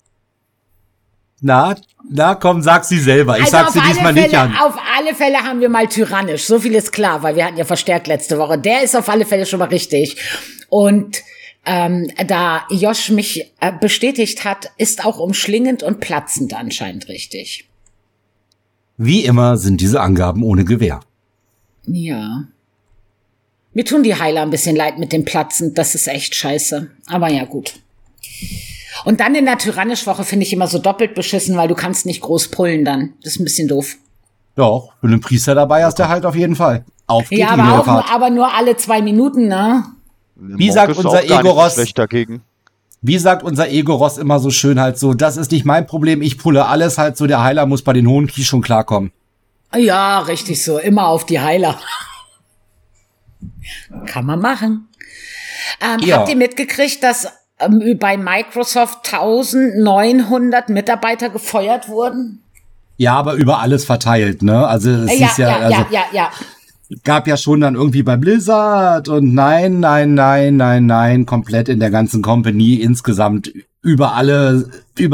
Na, komm, sag sie selber. Ich sag sie diesmal nicht an. Auf alle Fälle haben wir mal tyrannisch. So viel ist klar, weil wir hatten ja verstärkt letzte Woche. Der ist auf alle Fälle schon mal richtig. Und da Josh mich bestätigt hat, ist auch umschlingend und platzend anscheinend richtig. Wie immer sind diese Angaben ohne Gewähr. Ja. Mir tun die Heiler ein bisschen leid mit dem Platzen. Das ist echt scheiße. Aber ja, gut. Und dann in der Tyrannisch-Woche finde ich immer so doppelt beschissen, weil du kannst nicht groß pullen dann. Das ist ein bisschen doof. Doch, wenn du einen Priester dabei hast, der halt auf jeden Fall. Auf geht ja, aber nur alle 2 Minuten, ne? Wie sagt unser Egoros schlecht dagegen. Wie sagt unser Egoros immer so schön halt so, das ist nicht mein Problem, ich pulle alles halt so, der Heiler muss bei den hohen Kies schon klarkommen. Ja, richtig so. Immer auf die Heiler. Kann man machen. Ja. Habt ihr mitgekriegt, dass bei Microsoft 1900 Mitarbeiter gefeuert wurden? Ja, aber über alles verteilt, ne? Also es ist ja. gab ja schon dann irgendwie bei Blizzard und nein, komplett in der ganzen Company insgesamt über alle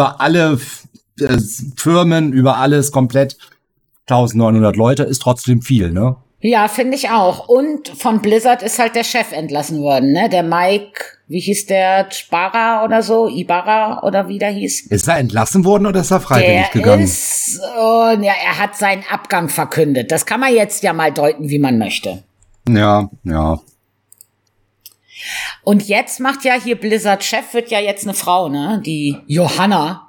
Firmen, über alles komplett 1900 Leute ist trotzdem viel, ne? Ja, finde ich auch. Und von Blizzard ist halt der Chef entlassen worden, ne? Der Mike, wie hieß der? Ibarra oder so? Ibarra oder wie der hieß? Ist er entlassen worden oder ist er freiwillig gegangen? Er hat seinen Abgang verkündet. Das kann man jetzt ja mal deuten, wie man möchte. Ja. Und jetzt macht ja hier Blizzard-Chef, wird ja jetzt eine Frau, ne? Die Johanna.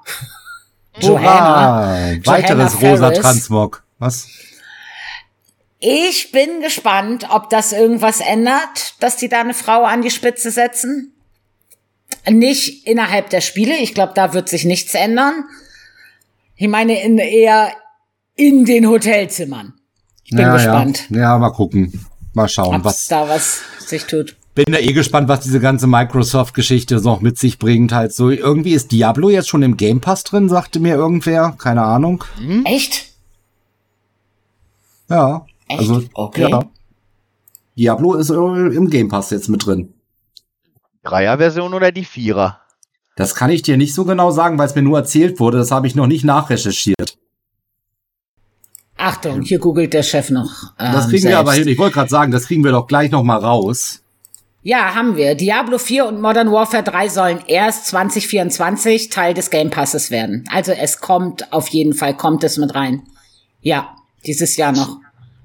Weiteres rosa Transmog. Was? Ich bin gespannt, ob das irgendwas ändert, dass die da eine Frau an die Spitze setzen. Nicht innerhalb der Spiele. Ich glaube, da wird sich nichts ändern. Ich meine eher in den Hotelzimmern. Ich bin gespannt. Ja, mal gucken. Mal schauen, was sich tut. Bin da gespannt, was diese ganze Microsoft-Geschichte noch mit sich bringt. Halt so, irgendwie ist Diablo jetzt schon im Game Pass drin, sagte mir irgendwer. Keine Ahnung. Echt? Ja. Echt? Also, okay. Ja. Diablo ist im Game Pass jetzt mit drin. 3er-Version oder die 4er? Das kann ich dir nicht so genau sagen, weil es mir nur erzählt wurde. Das habe ich noch nicht nachrecherchiert. Achtung, hier googelt der Chef noch. Das kriegen wir aber hin. Ich wollte gerade sagen, das kriegen wir doch gleich noch mal raus. Ja, haben wir. Diablo 4 und Modern Warfare 3 sollen erst 2024 Teil des Game Passes werden. Also es kommt auf jeden Fall, kommt es mit rein. Ja, dieses Jahr noch.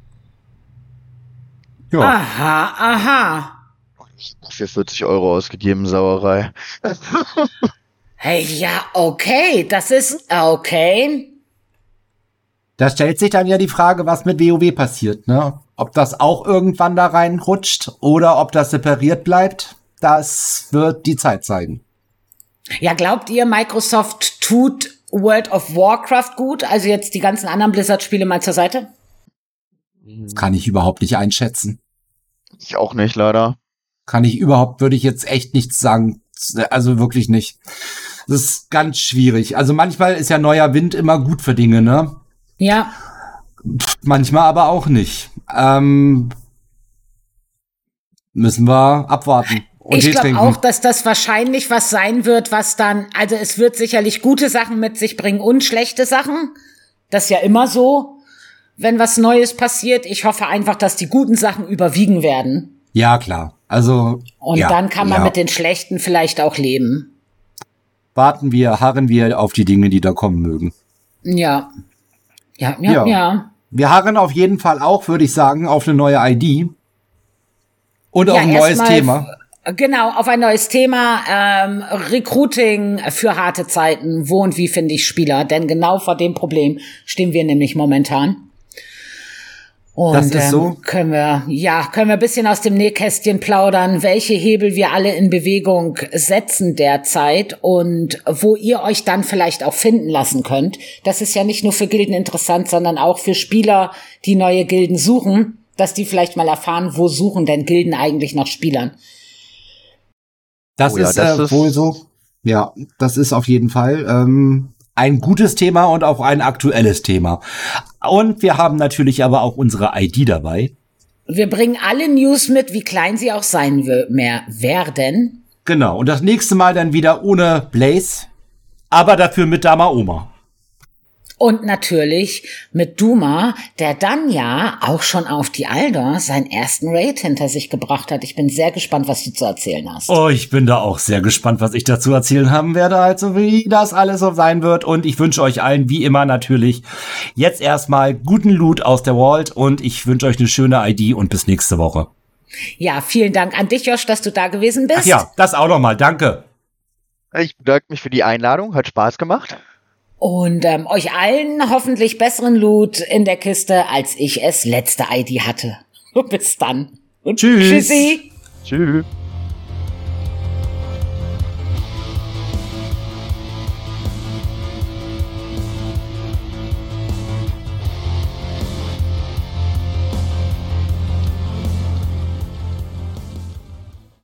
Jo. Aha. Für 40 € ausgegeben, Sauerei. Hey, ja, okay, das ist okay. Da stellt sich dann ja die Frage, was mit WoW passiert, ne? Ob das auch irgendwann da reinrutscht oder ob das separiert bleibt, das wird die Zeit zeigen. Ja, glaubt ihr, Microsoft tut World of Warcraft gut? Also jetzt die ganzen anderen Blizzard-Spiele mal zur Seite? Das kann ich überhaupt nicht einschätzen. Ich auch nicht, leider. Würde ich jetzt echt nichts sagen. Also wirklich nicht. Das ist ganz schwierig. Also manchmal ist ja neuer Wind immer gut für Dinge, ne? Ja. Manchmal aber auch nicht. Müssen wir abwarten. Und ich glaube auch, dass das wahrscheinlich was sein wird, was dann, also es wird sicherlich gute Sachen mit sich bringen und schlechte Sachen. Das ist ja immer so. wenn was Neues passiert. Ich hoffe einfach, dass die guten Sachen überwiegen werden. Ja, klar. Also. Und dann kann man mit den schlechten vielleicht auch leben. Harren wir auf die Dinge, die da kommen mögen. Ja. Wir harren auf jeden Fall auch, würde ich sagen, auf eine neue ID. Und auf ein neues Thema. Genau, auf ein neues Thema. Recruiting für harte Zeiten. Wo und wie finde ich Spieler? Denn genau vor dem Problem stehen wir nämlich momentan. Und das ist so. Können wir ein bisschen aus dem Nähkästchen plaudern, welche Hebel wir alle in Bewegung setzen derzeit und wo ihr euch dann vielleicht auch finden lassen könnt. Das ist ja nicht nur für Gilden interessant, sondern auch für Spieler, die neue Gilden suchen, dass die vielleicht mal erfahren, wo suchen denn Gilden eigentlich nach Spielern. Das ist wohl so. Ja, das ist auf jeden Fall ein gutes Thema und auch ein aktuelles Thema. Und wir haben natürlich aber auch unsere ID dabei. Wir bringen alle News mit, wie klein sie auch sein werden. Genau, und das nächste Mal dann wieder ohne Blaze, aber dafür mit Dama Oma. Und natürlich mit Duma, der dann ja auch schon auf die Aldor seinen ersten Raid hinter sich gebracht hat. Ich bin sehr gespannt, was du zu erzählen hast. Oh, ich bin da auch sehr gespannt, was ich dazu erzählen haben werde, also wie das alles so sein wird. Und ich wünsche euch allen, wie immer natürlich, jetzt erstmal guten Loot aus der Vault und ich wünsche euch eine schöne ID und bis nächste Woche. Ja, vielen Dank an dich, Josh, dass du da gewesen bist. Ach ja, das auch nochmal, danke. Ich bedanke mich für die Einladung, hat Spaß gemacht. Und euch allen hoffentlich besseren Loot in der Kiste, als ich es letzte ID hatte. Bis dann. Und tschüss. Tschüssi. Tschüss.